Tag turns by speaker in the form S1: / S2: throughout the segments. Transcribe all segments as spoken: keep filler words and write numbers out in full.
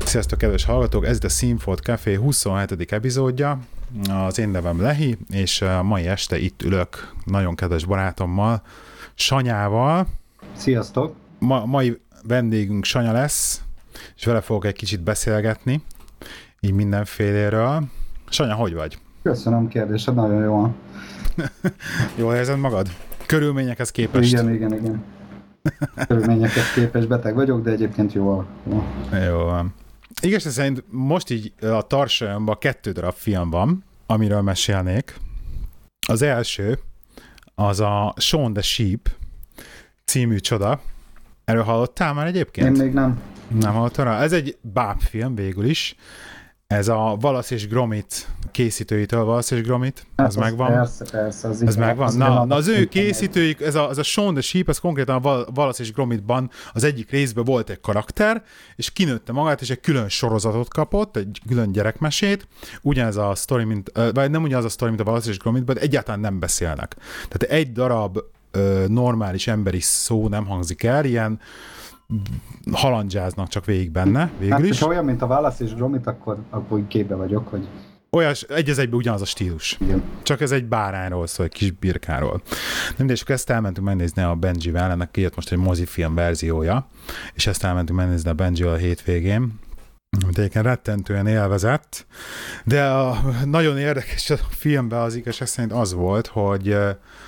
S1: Sziasztok, kedves hallgatók! Ez itt a Színfolt Café huszonhetedik epizódja. Az én nevem Lehi, és mai este itt ülök nagyon kedves barátommal, Sanyával.
S2: Sziasztok!
S1: Ma, mai vendégünk Sanya lesz, és vele fogok egy kicsit beszélgetni, így mindenféléről. Sanya, hogy vagy?
S2: Köszönöm kérdésed, nagyon jól.
S1: Jól érzed magad? Körülményekhez képest?
S2: Igen, igen, igen. Körülményekhez képest beteg vagyok, de egyébként jól.
S1: Jó van. Igazság szerint most így a tarsolyomban kettő darab film van, amiről mesélnék. Az első, az a Shaun the Sheep című csoda. Erről hallottál már egyébként?
S2: Én még nem.
S1: Nem hallottál rá? Ez egy bábfilm végül is. Ez a Wallace és Gromit készítőitől, Wallace és Gromit,
S2: hát
S1: az, az megvan.
S2: Persze, persze. Az
S1: ez
S2: igen,
S1: megvan.
S2: Az
S1: Na, na az ő készítőik, ez a, ez a Shaun the Sheep, ez konkrétan a Wallace és Gromitban az egyik részben volt egy karakter, és kinőtte magát, és egy külön sorozatot kapott, egy külön gyerekmesét. Ugyanez a sztori, mint, vagy nem ugyanaz a sztori, mint a Wallace és Gromitban, de egyáltalán nem beszélnek. Tehát egy darab ö, normális emberi szó nem hangzik el, ilyen halandzsáznak csak végig benne, végül
S2: hát,
S1: is.
S2: Ha olyan, mint a Wallace és Gromit, akkor, akkor úgy képbe vagyok, hogy...
S1: Olyas, egy az egyben ugyanaz a stílus.
S2: Igen.
S1: Csak ez egy bárányról szól, egy kis birkáról. Nem, de és ezt elmentünk megnézni a Benjivel, ennek kijött most egy mozifilm verziója, és ezt elmentünk megnézni a Benjivel a hétvégén, amit egyébként rettentően élvezett, de a nagyon érdekes a filmben az igazság szerint az volt, hogy,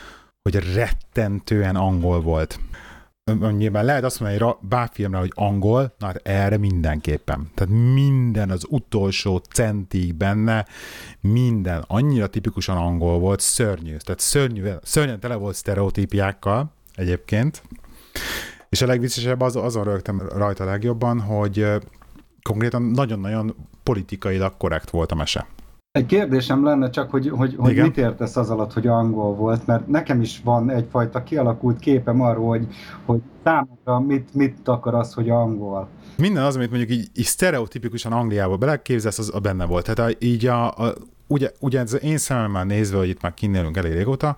S1: hogy rettentően angol volt. Nyilván lehet azt mondani egy bábfilmre, hogy angol, na hát erre mindenképpen. Tehát minden, az utolsó centig benne, minden annyira tipikusan angol volt, szörnyű. Tehát szörnyű, szörnyen tele volt sztereotípiákkal egyébként. És a legviccesebb az, azon rögtem rajta legjobban, hogy konkrétan nagyon-nagyon politikailag korrekt volt a mese.
S2: Egy kérdésem lenne csak, hogy, hogy, hogy mit értesz az alatt, hogy angol volt, mert nekem is van egyfajta kialakult képem arról, hogy, hogy számomra mit, mit akar az, hogy angol.
S1: Minden az, amit mondjuk így, így sztereotipikusan Angliából beleképzelsz, az a benne volt. Tehát a, így a, a, ugye, ugye ez én szememmel nézve, hogy itt már kinnélünk elég régóta,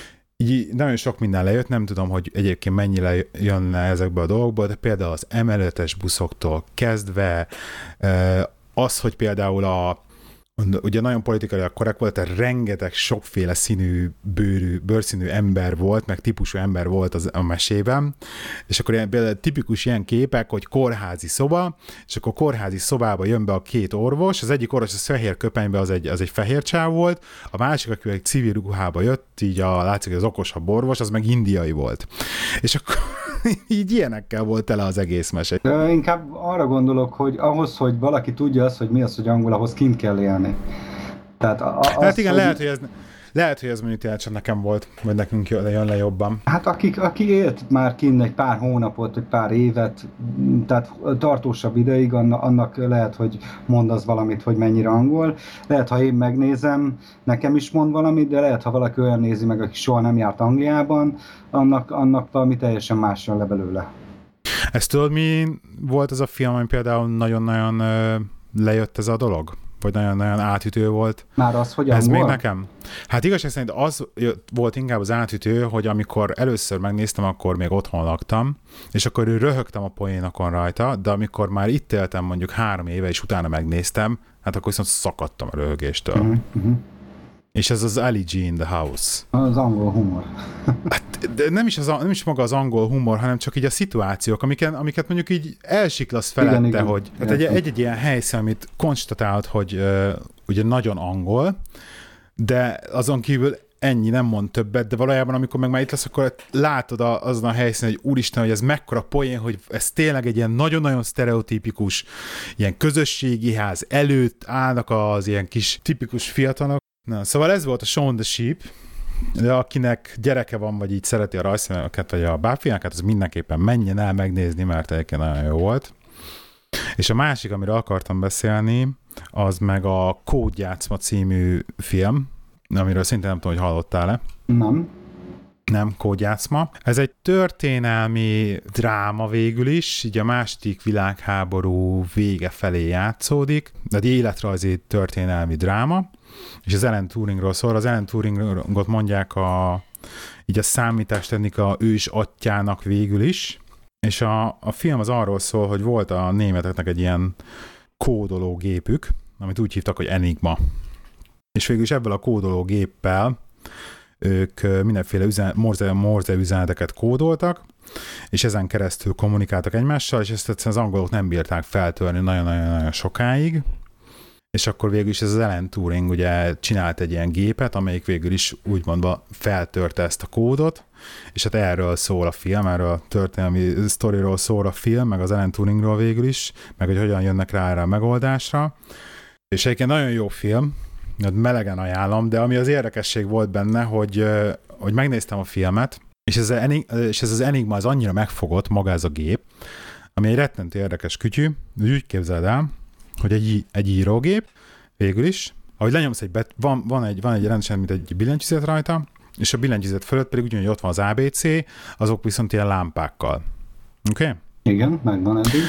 S1: így nagyon sok minden lejött, nem tudom, hogy egyébként mennyire jönne ezekből a dolgokból, de például az emelőtes buszoktól kezdve, az, hogy például a ugye nagyon politikailag korrekt volt, tehát rengeteg sokféle színű bőrű, bőrszínű ember volt, meg típusú ember volt az, a mesében, és akkor ilyen, például tipikus ilyen képek, hogy kórházi szoba, és akkor kórházi szobába jön be a két orvos, az egyik orvos az fehér köpenybe, az egy, az egy fehér csáv volt, a másik, aki egy civil ruhába jött, így a, látszik, hogy az okosabb orvos, az meg indiai volt. És akkor így ilyenekkel volt tele az egész mese.
S2: Inkább arra gondolok, hogy ahhoz, hogy valaki tudja azt, hogy mi az, hogy angol, ahhoz kint kell élni. Tehát a, az,
S1: hát igen,
S2: hogy...
S1: lehet, hogy ez, lehet, hogy ez mondjuk tényleg csak nekem volt, vagy nekünk jön le jobban.
S2: Hát akik, aki élt már kint egy pár hónapot, vagy pár évet, tehát tartósabb ideig, annak lehet, hogy mond az valamit, hogy mennyire angol. Lehet, ha én megnézem, nekem is mond valamit, de lehet, ha valaki olyan nézi meg, aki soha nem járt Angliában, annak, annak valami teljesen más jön le belőle.
S1: Ezt tudod, mi volt ez a film, ami például nagyon-nagyon ö, lejött ez a dolog? Vagy nagyon-nagyon átütő volt.
S2: Már az, hogy
S1: ez
S2: angol?
S1: még nekem? Hát igazság szerint az volt inkább az átütő, hogy amikor először megnéztem, akkor még otthon laktam, és akkor röhögtem a poénokon rajta, de amikor már itt éltem mondjuk három éve, és utána megnéztem, hát akkor viszont szakadtam a röhögéstől. Uh-huh, uh-huh. És ez az Ali G in the House.
S2: Az angol humor.
S1: Hát, de nem is, az, nem is maga az angol humor, hanem csak így a szituációk, amiket, amiket mondjuk így elsiklasz felette, igen, igen, hogy hát egy, egy, egy ilyen helyszín, amit konstatálod, hogy uh, ugye nagyon angol, de azon kívül ennyi, nem mond többet, de valójában amikor meg már itt lesz, akkor látod a, azon a helyszínen, hogy úristen, hogy ez mekkora poén, hogy ez tényleg egy ilyen nagyon-nagyon sztereotípikus, ilyen közösségi ház előtt állnak az ilyen kis tipikus fiatalok. Na, szóval ez volt a Shaun the Sheep, de akinek gyereke van, vagy így szereti a rajzfilmeket, vagy a bábfilmeket, az mindenképpen menjen el megnézni, mert egyébként nagyon jó volt. És a másik, amiről akartam beszélni, az meg a Kódjátszma című film, amiről szintén nem tudom, hogy hallottál-e.
S2: Nem.
S1: Nem, Kódjátszma. Ez egy történelmi dráma végül is, így a második világháború vége felé játszódik, de egy életrajzi történelmi dráma, és az Alan Turingról szól. Az Alan Turingot mondják a, így a számítástechnika ős atyának végül is, és a, a film az arról szól, hogy volt a németeknek egy ilyen kódológépük, amit úgy hívtak, hogy Enigma. És végül is ebből a kódológéppel ők mindenféle üzen, morze, morze üzeneteket kódoltak, és ezen keresztül kommunikáltak egymással, és ezt egyszerűen az angolok nem bírták feltörni nagyon-nagyon sokáig, és akkor végül is ez az Alan Turing ugye csinált egy ilyen gépet, amelyik végül is úgymondva feltörte ezt a kódot, és hát erről szól a film, erről a történelmi sztoriról szól a film, meg az Alan Turingról végül is, meg hogy hogyan jönnek rá erre a megoldásra. És egyébként nagyon jó film, melegen ajánlom, de ami az érdekesség volt benne, hogy, hogy megnéztem a filmet, és ez, Enig- és ez az Enigma az annyira megfogott, maga ez a gép, ami egy rettentő érdekes kütyű, úgy képzeled el, hogy egy, egy írógép, végül is, ahogy lenyomsz egy, bet- van, van egy, van egy rendesen, mint egy billentyűzet rajta, és a billentyűzet fölött pedig ugyanúgy ott van az á bé cé, azok viszont ilyen lámpákkal. Oké? Okay?
S2: Igen, megvan eddig.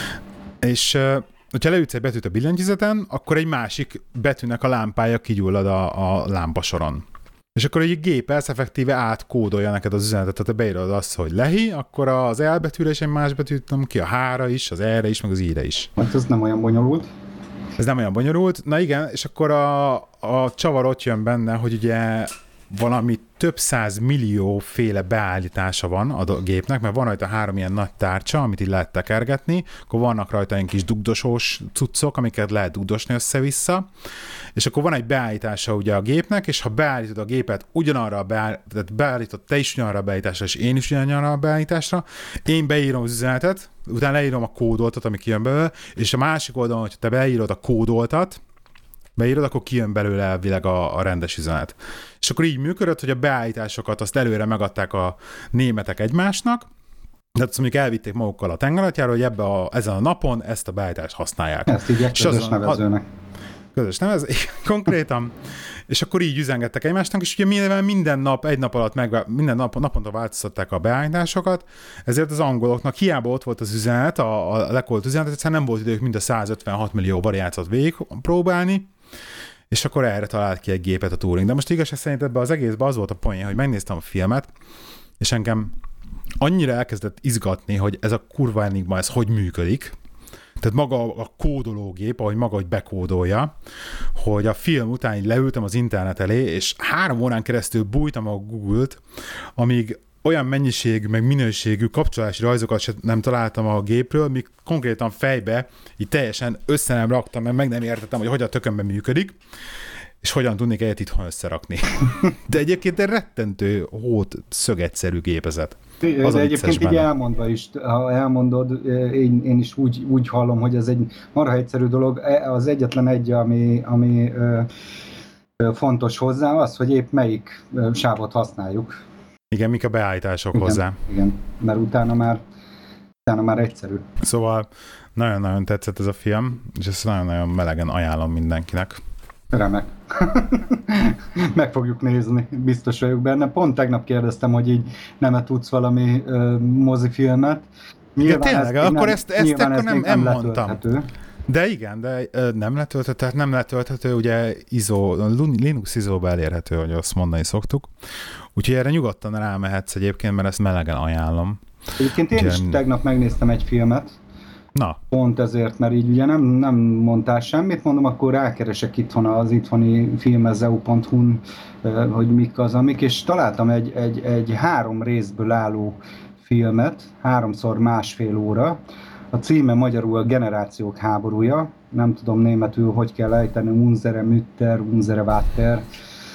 S1: És hogyha leütsz egy betűt a billentyűzeten, akkor egy másik betűnek a lámpája kigyullad a, a lámpasoron. És akkor egy gép ez effektíve átkódolja neked az üzenetet, tehát beírod azt, hogy lehi, akkor az L betűre is egy más betűt, nem ki a H-ra is, az E-re is, meg az I-re is.
S2: Hát ez nem olyan bonyolult.
S1: Ez nem olyan bonyolult. Na igen, és akkor a, a csavar ott jön benne, hogy ugye valami több száz millió féle beállítása van a gépnek, mert van rajta három ilyen nagy tárcsa, amit így lehet tekergetni, akkor vannak rajta ilyen kis dugdosós cuccok, amiket lehet dugdosni össze-vissza, és akkor van egy beállítása ugye a gépnek, és ha beállítod a gépet ugyanarra a beállításra, tehát beállítod te is ugyanarra a beállításra, és én is ugyanarra a beállításra, én beírom az üzenetet, utána leírom a kódoltat, ami kijön belőle, és a másik oldalon, hogyha te beírod a kódoltat, beírod, akkor kijön belőle elvileg a, a rendes üzenet. És akkor így működött, hogy a beállításokat azt előre megadták a németek egymásnak, de azt mondjuk elvitték magukkal a tengeralattjára, hogy ebbe a, ezen a napon ezt a beállítást használják.
S2: Ezt így egy közös nevezőnek.
S1: Közös nevező, konkrétan. És akkor így üzengettek egymásnak, és ugye mivel minden nap, egy nap alatt, meg, minden nap, naponta változtatták a beállításokat, ezért az angoloknak hiába ott volt az üzenet, a, a lekolt üzenet, egyszerűen nem volt idők mind a százötvenhat millió variációt végig próbálni, és akkor erre talált ki egy gépet a Turing. De most igazság szerint ebben az egészben az volt a poén, hogy megnéztem a filmet, és engem annyira elkezdett izgatni, hogy ez a kurva Enigma, ez hogy működik. Tehát maga a kódológép, ahogy maga, hogy bekódolja, hogy a film után így leültem az internet elé, és három órán keresztül bújtam a Google-t, amíg olyan mennyiségű, meg minőségű kapcsolási rajzokat sem nem találtam a gépről, míg konkrétan fejbe így teljesen össze nem raktam, mert meg nem értettem, hogy hogyan tökönben működik, és hogyan tudnék egyet itthon összerakni. De egyébként egy rettentő hót szögegyszerű gépezet.
S2: Az de egyébként így elmondva is, ha elmondod, én, én is úgy, úgy hallom, hogy ez egy marha egyszerű dolog. Az egyetlen egy, ami, ami ö, ö, fontos hozzá, az, hogy épp melyik sávot használjuk.
S1: Igen, mik a beállítások
S2: igen,
S1: hozzá.
S2: Igen, mert utána már, utána már egyszerű.
S1: Szóval nagyon-nagyon tetszett ez a film, és ezt nagyon-nagyon melegen ajánlom mindenkinek.
S2: Remek. Meg fogjuk nézni, biztos vagyok benne. Pont tegnap kérdeztem, hogy így nem tudsz valami uh, mozifilmet.
S1: Nyilván de tényleg, ez akkor nem, ezt, ezt akkor
S2: ez
S1: nem, nem mondtam.
S2: Letölthető.
S1: De igen, de uh, nem letölthető, tehát nem letölthető, ugye I S O, Linux I S O-ba elérhető, hogy azt mondani szoktuk. Úgyhogy erre nyugodtan rámehetsz egyébként, mert ezt melegen ajánlom.
S2: Egyébként én is tegnap megnéztem egy filmet.
S1: Na.
S2: Pont ezért, mert így ugye nem, nem mondtál semmit, mondom, akkor rákeresek itthon az itthoni filmezeu pont hu-n, hogy mik az amik, és találtam egy, egy, egy három részből álló filmet, háromszor másfél óra. A címe magyarul a Generációk háborúja, nem tudom németül, hogy kell ejteni, Unsere Mütter, Unsere Vater,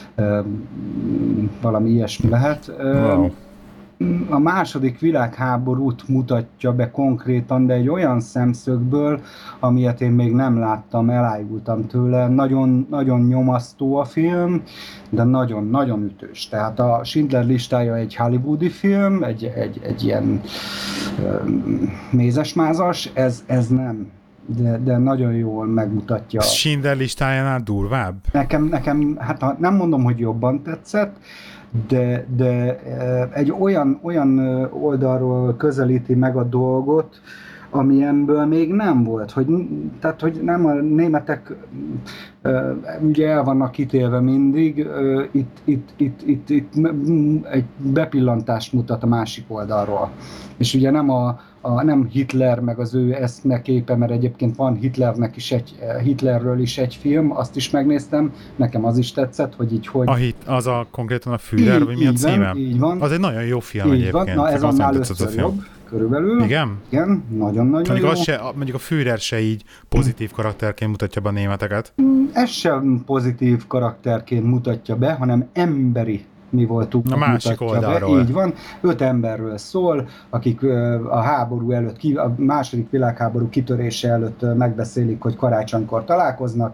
S2: valami ilyesmi lehet.
S1: Wow.
S2: A második világháborút mutatja be konkrétan, de egy olyan szemszögből, amilyet én még nem láttam, elájultam tőle. Nagyon, nagyon nyomasztó a film, de nagyon-nagyon ütős. Tehát a Schindler listája egy hollywoodi film, egy, egy, egy ilyen um, mézesmázas, ez, ez nem. De, de nagyon jól megmutatja.
S1: Schindler listájánál durvább?
S2: Nekem, nekem, hát nem mondom, hogy jobban tetszett, de, de egy olyan, olyan oldalról közelíti meg a dolgot, amilyenből még nem volt. Hogy, tehát, hogy nem a németek ugye el vannak kitélve mindig, itt, itt, itt, itt, itt egy bepillantást mutat a másik oldalról. És ugye nem a, a, nem Hitler meg az ő eszmeképe, mert egyébként van Hitlernek is egy, Hitlerről is egy film, azt is megnéztem, nekem az is tetszett, hogy így hogy...
S1: A hit, az a konkrétan a Führer, vagy mi a címe?
S2: Van, így van.
S1: Az egy nagyon jó film
S2: így
S1: egyébként.
S2: Van. Na ez annál ötször jobb, körülbelül.
S1: Igen?
S2: Igen, nagyon-nagyon
S1: mondjuk
S2: jó.
S1: Se, mondjuk a Führer se így pozitív karakterként mutatja be a németeket.
S2: Ez sem pozitív karakterként mutatja be, hanem emberi mi voltunk.
S1: A másik oldalról.
S2: Be. Így van. Öt emberről szól, akik a háború előtt, a második világháború kitörése előtt megbeszélik, hogy karácsonykor találkoznak.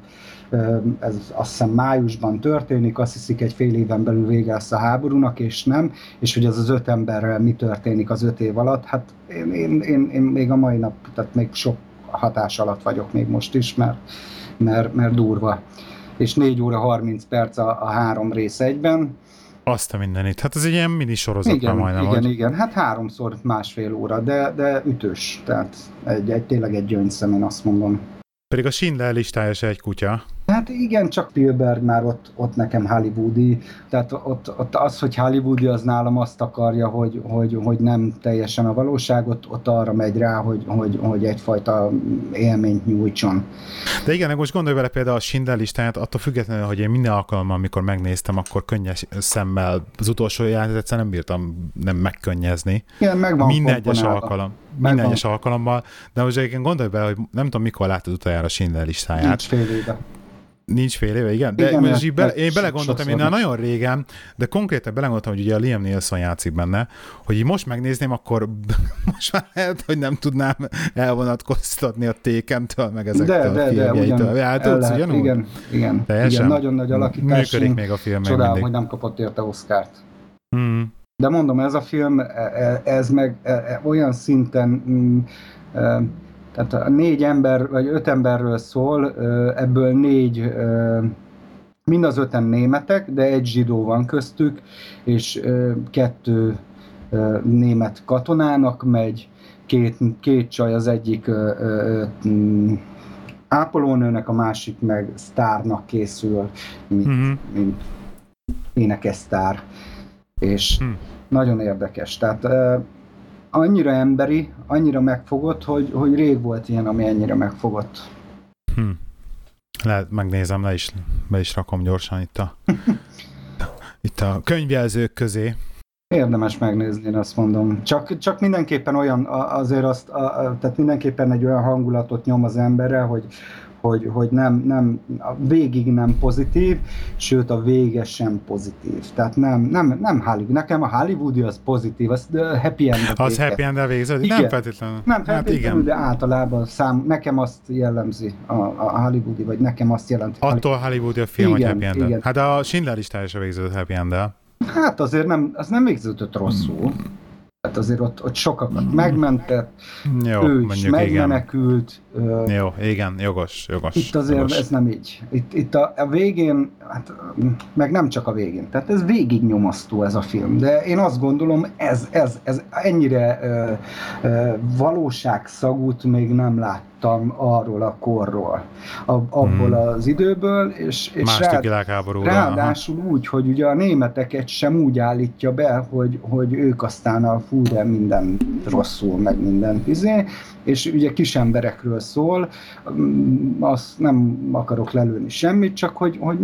S2: Ez azt hiszem májusban történik, azt hiszik egy fél éven belül vége lesz a háborúnak, és nem, és hogy az az öt emberrel mi történik az öt év alatt, hát én, én, én, én még a mai nap, tehát még sok hatás alatt vagyok még most is, mert, mert, mert durva. És négy óra harminc perc a, a három rész egyben.
S1: Azt a mindenit. Hát ez egy ilyen mini sorozat
S2: igen,
S1: már majdnem.
S2: Igen,
S1: hogy...
S2: igen. Hát háromszor másfél óra, de, de ütős. Tehát egy, egy, tényleg egy gyöngyszem, én azt mondom.
S1: Pedig a Schindler listája se egy kutya.
S2: Hát igen, csak Spielberg már ott, ott nekem hollywoodi, tehát ott, ott az, hogy hollywoodi, az nálam azt akarja, hogy, hogy, hogy nem teljesen a valóságot, ott arra megy rá, hogy, hogy, hogy egyfajta élményt nyújtson.
S1: De igen, most gondolj bele például a Schindler listáját, attól függetlenül, hogy én minden alkalommal, amikor megnéztem, akkor könnyes szemmel az utolsó jelenetet egyszerűen nem bírtam nem megkönnyezni.
S2: Igen, megvan
S1: minden egyes alkalom. Minden
S2: megvan.
S1: egyes alkalommal, de most egyébként gondolj bele, hogy nem tudom, mikor láttad utoljára a Schindler listáját.
S2: Nincs fél éve.
S1: Nincs fél éve, igen. De
S2: igen,
S1: most így bele, én
S2: so,
S1: belegondoltam, én nagyon régen, de konkrétan belegondoltam, hogy ugye a Liam Neeson játszik benne, hogy így most megnézném, akkor most már lehet, hogy nem tudnám elvonatkoztatni a Tékentől, meg ezektől
S2: de,
S1: a
S2: de,
S1: filmjeitől.
S2: De,
S1: hát, tudsz,
S2: lehet, igen, igen, igen, nagyon nagy alakítás.
S1: Működik még a film.
S2: Csodálom, hogy nem kapott érte Oscart.
S1: Hmm.
S2: De mondom, ez a film, ez meg olyan szinten... Mm, tehát a négy ember, vagy öt emberről szól, ebből négy, mind az öten németek, de egy zsidó van köztük, és kettő német katonának megy, két, két csaj, az egyik ápolónőnek, a másik meg sztárnak készül, mint, mm-hmm. mint énekesztár. És mm. nagyon érdekes. Tehát annyira emberi, annyira megfogott, hogy, hogy rég volt ilyen, ami ennyire megfogott.
S1: Hm. Lehet, megnézem, le is, be is rakom gyorsan itt a, itt a könyvjelzők közé.
S2: Érdemes megnézni, én azt mondom. Csak, csak mindenképpen olyan, azért azt, a, tehát mindenképpen egy olyan hangulatot nyom az emberre, hogy hogy, hogy nem, nem, a végig nem pozitív, sőt a vége sem pozitív. Tehát nem, nem, nem Hollywood. Nekem a hollywoodi az pozitív, az happy end.
S1: Az happy end-el végződik? Nem feltétlenül.
S2: Nem feltétlenül, hát de általában szám, nekem azt jellemzi a, a hollywoodi, vagy nekem azt jelenti.
S1: Attól hollywoodi a film, hogy happy end. Hát a Schindler listája is végződött happy end-el.
S2: Hát azért nem, az nem végződött rosszul. Hát azért ott, ott sokakat megmentett,
S1: jó,
S2: ő is megmenekült.
S1: Igen. Jó, igen, jogos, jogos.
S2: Itt azért
S1: jogos.
S2: Ez nem így. Itt, itt a, a végén, hát, meg nem csak a végén, tehát ez végig nyomasztó ez a film, de én azt gondolom, ez, ez, ez ennyire ö, ö, valóságszagút még nem láttam arról a korról, a, abból hmm. az időből, és, és
S1: rád,
S2: ráadásul aha. úgy, hogy ugye a németeket sem úgy állítja be, hogy, hogy ők aztán a fú, de minden rosszul, meg minden izé, és ugye kis emberekről szól, azt nem akarok lelőni semmit, csak hogy, hogy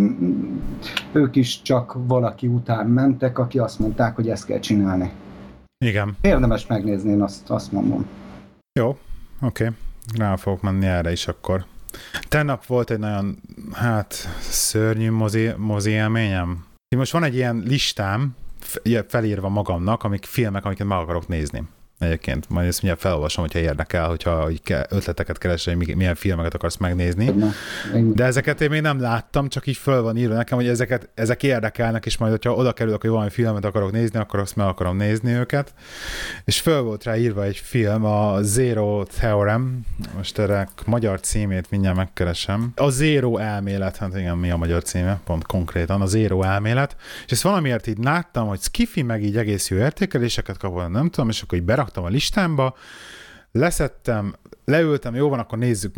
S2: ők is csak valaki után mentek, aki azt mondták, hogy ezt kell csinálni.
S1: Igen.
S2: Érdemes megnézni, én azt, azt mondom.
S1: Jó, oké. Okay. Rá fogok menni erre is akkor. Tegnap volt egy nagyon, hát, szörnyű mozi, mozi élményem. Most van egy ilyen listám, felírva magamnak, amik filmek, amiket meg akarok nézni. Egyébként, majd ezt mindjárt felolvasom, hogyha érdekel, hogyha ötleteket keresel, hogy milyen filmeket akarsz megnézni. De ezeket én még nem láttam, csak így föl van írva nekem, hogy ezeket, ezek érdekelnek, és majd, hogyha oda kerülök, hogy valami filmet akarok nézni, akkor azt meg akarom nézni őket. És föl volt rá írva egy film, a Zero Theorem, most erre magyar címét mindjárt megkeresem. A Zero elmélet, hát igen, mi a magyar címe, pont konkrétan, a Zero elmélet. És ezt valamiért így láttam, hogy skifi, meg így egész jó értékeléseket kapom, nem tudom, és akkor így berak a listámba, leszettem, leültem, jó van, akkor nézzük meg,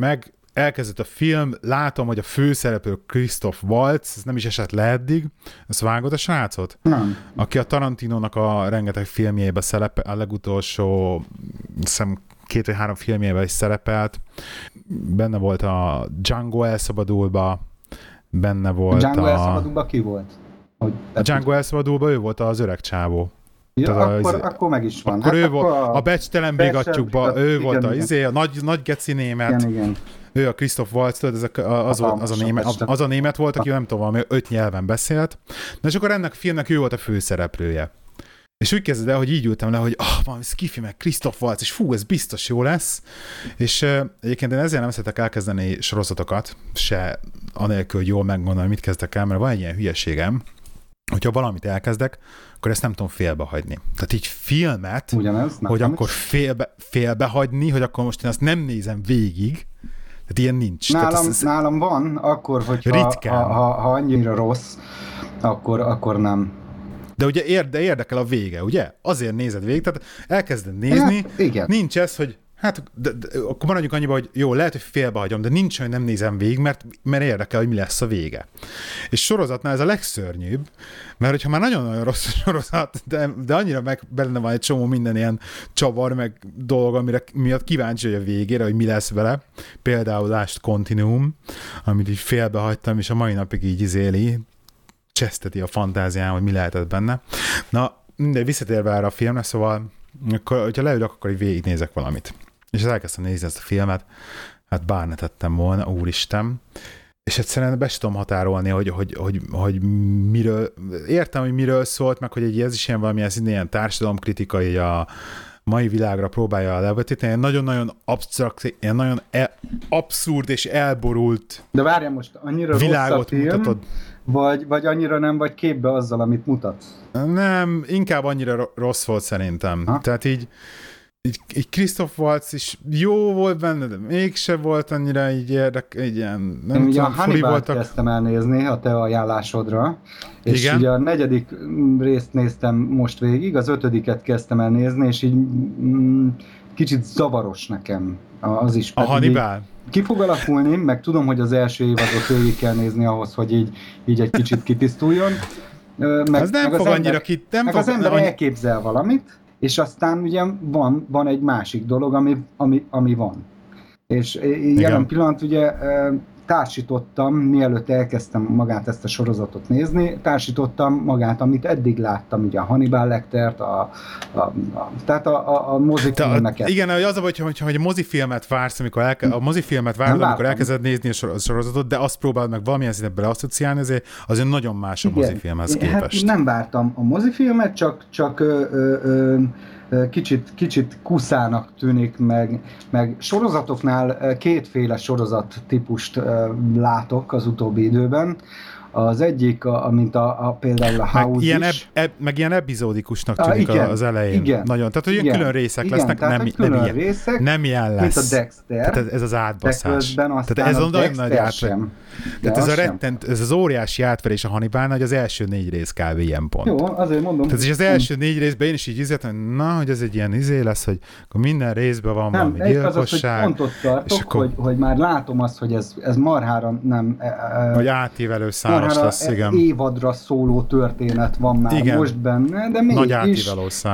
S1: elkezdett a film, látom, hogy a főszereplő Christoph Waltz, ez nem is esett le eddig, ezt vágod a srácot?
S2: Nem.
S1: Aki a Tarantinónak a rengeteg filmjébe szerepel, a legutolsó, hiszem, két vagy három filmjében is szerepelt. Benne volt a Django elszabadulba, benne volt
S2: Django
S1: a...
S2: elszabadulba ki volt? Hogy
S1: A Django elszabadulba ő volt az öreg csávó.
S2: Ja, akkor,
S1: az,
S2: akkor meg is van.
S1: Akkor
S2: hát
S1: ő
S2: akkor
S1: volt,
S2: a,
S1: a Becstelen bégattyúkban, ő
S2: igen,
S1: volt
S2: igen.
S1: a, izé, a nagy, nagy geci német,
S2: Igen, igen.
S1: ő a Christoph Waltz, az, a, az, volt, az, a német, az a német volt, aki nem tudom, valami öt nyelven beszélt. Na és akkor ennek a filmnek ő volt a főszereplője. És úgy kezded el, hogy így ültem le, hogy ah, oh, valami skifi meg Christoph Waltz, és fú, ez biztos jó lesz. És uh, egyébként én ezért nem szeretek elkezdeni sorozatokat, se anélkül, hogy jól megmondom, mit kezdek el, mert van egy ilyen hülyeségem, hogyha valamit elkezdek, akkor ezt nem tudom félbehagyni. Tehát így filmet,
S2: Ugyanez,
S1: hogy akkor félbe, félbehagyni, hogy akkor most én azt nem nézem végig, tehát ilyen nincs.
S2: Nálam,
S1: tehát ez,
S2: nálam van, akkor, hogyha ha, ha, ha annyira rossz, akkor, akkor nem.
S1: De ugye ér, de érdekel a vége, ugye? Azért nézed végig, tehát elkezded nézni,
S2: Hát, igen.
S1: Nincs ez, hogy hát de, de, akkor maradjunk annyiba, hogy jó, lehet, hogy félbehagyom, de nincs, hogy nem nézem végig, mert, mert érdekel, hogy mi lesz a vége. És sorozatnál ez a legszörnyűbb, mert hogyha már nagyon-nagyon rossz a sorozat, de, de annyira meg benne van egy csomó minden ilyen csavar, meg dolog, amire miatt kíváncsi vagy a végére, hogy mi lesz vele. Például Last Continuum, amit így félbehagytam, és a mai napig így izéli, cseszteti a fantáziám, hogy mi lehetett benne. Na, de visszatérve erre a filmre, szóval akkor, hogyha leülök, akkor így végignézek valamit. És elkezdtem nézni ezt a filmet, hát bár ne tettem volna, úristen. És egyszerűen be sem tudom határolni, hogy, hogy, hogy, hogy miről, értem, hogy miről szólt, meg hogy ez is ilyen valamilyen ilyen társadalomkritika, így a mai világra próbálja levetíteni. Nagyon-nagyon absztrakt, ilyen nagyon e- abszurd és elborult
S2: De várjál most, annyira
S1: világot
S2: rossz a film,
S1: mutatod.
S2: Vagy, vagy annyira nem vagy képbe azzal, amit mutatsz?
S1: Nem, inkább annyira rossz volt szerintem. Ha? Tehát így, így, így Christoph Waltz is jó volt benne, de mégse volt annyira így érdek, így ilyen, nem
S2: Én ugye
S1: tudom,
S2: a Hannibalt
S1: voltak.
S2: kezdtem elnézni a te ajánlásodra, és
S1: Igen?
S2: ugye a negyedik részt néztem most végig, az ötödiket kezdtem el nézni, és így mm, kicsit zavaros nekem az is.
S1: A Hannibal?
S2: Ki fog alakulni, meg tudom, hogy az első évadot végig kell nézni ahhoz, hogy így, így egy kicsit kitisztuljon. Meg,
S1: az nem
S2: meg
S1: fog
S2: az
S1: annyira
S2: ember,
S1: ki... Nem
S2: meg
S1: fog,
S2: az ember
S1: annyi...
S2: elképzel valamit, és aztán ugye van, van egy másik dolog, ami, ami, ami van. És jelen Igen. pillanat ugye társítottam, mielőtt elkezdtem magát ezt a sorozatot nézni, társítottam magát, amit eddig láttam, ugye a Hannibal Lectert, a, a, a, tehát a, a, a mozifilmeket.
S1: Igen, az a baj, hogy, hogy a mozifilmet vársz, amikor elke, a mozifilmet várod, nem amikor elkezded nézni a sorozatot, de azt próbáld meg valamilyen szinten beleasszociálni, azért azért nagyon más a Igen. mozifilmhez képest.
S2: Hát nem vártam a mozifilmet, csak, csak ö, ö, ö, Kicsit, kicsit kuszának tűnik, meg, meg sorozatoknál kétféle sorozat típust látok az utóbbi időben. Az egyik, a, mint a, a például a House
S1: meg ilyen,
S2: is.
S1: eb, eb, meg ilyen epizódikusnak tűnik
S2: ah, igen,
S1: az elején.
S2: Igen,
S1: Nagyon. Tehát, hogy ilyen külön részek
S2: igen,
S1: lesznek, nem,
S2: külön
S1: nem, ilyen,
S2: részek,
S1: nem ilyen lesz.
S2: Mint a Dexter.
S1: Tehát ez az átbaszás.
S2: Tehát
S1: ez
S2: a
S1: a nagyon nagy átverés. Tehát ez, a
S2: sem.
S1: rettent, ez az óriási átverés a Hannibalnál, hogy az első négy rész kb. Ilyen pont.
S2: Jó, azért mondom.
S1: Tehát és az első négy részben én is így izéltem, hogy na, hogy ez egy ilyen izé lesz, hogy akkor minden részben van
S2: nem,
S1: valami gyilkosság.
S2: Nem, az, hogy pont ott tartok,
S1: akkor...
S2: hogy, hogy már látom azt, hogy ez, ez marhára nem...
S1: Hogy átívelő szálas lesz, igen.
S2: évadra szóló történet van már igen. most benne, de mégis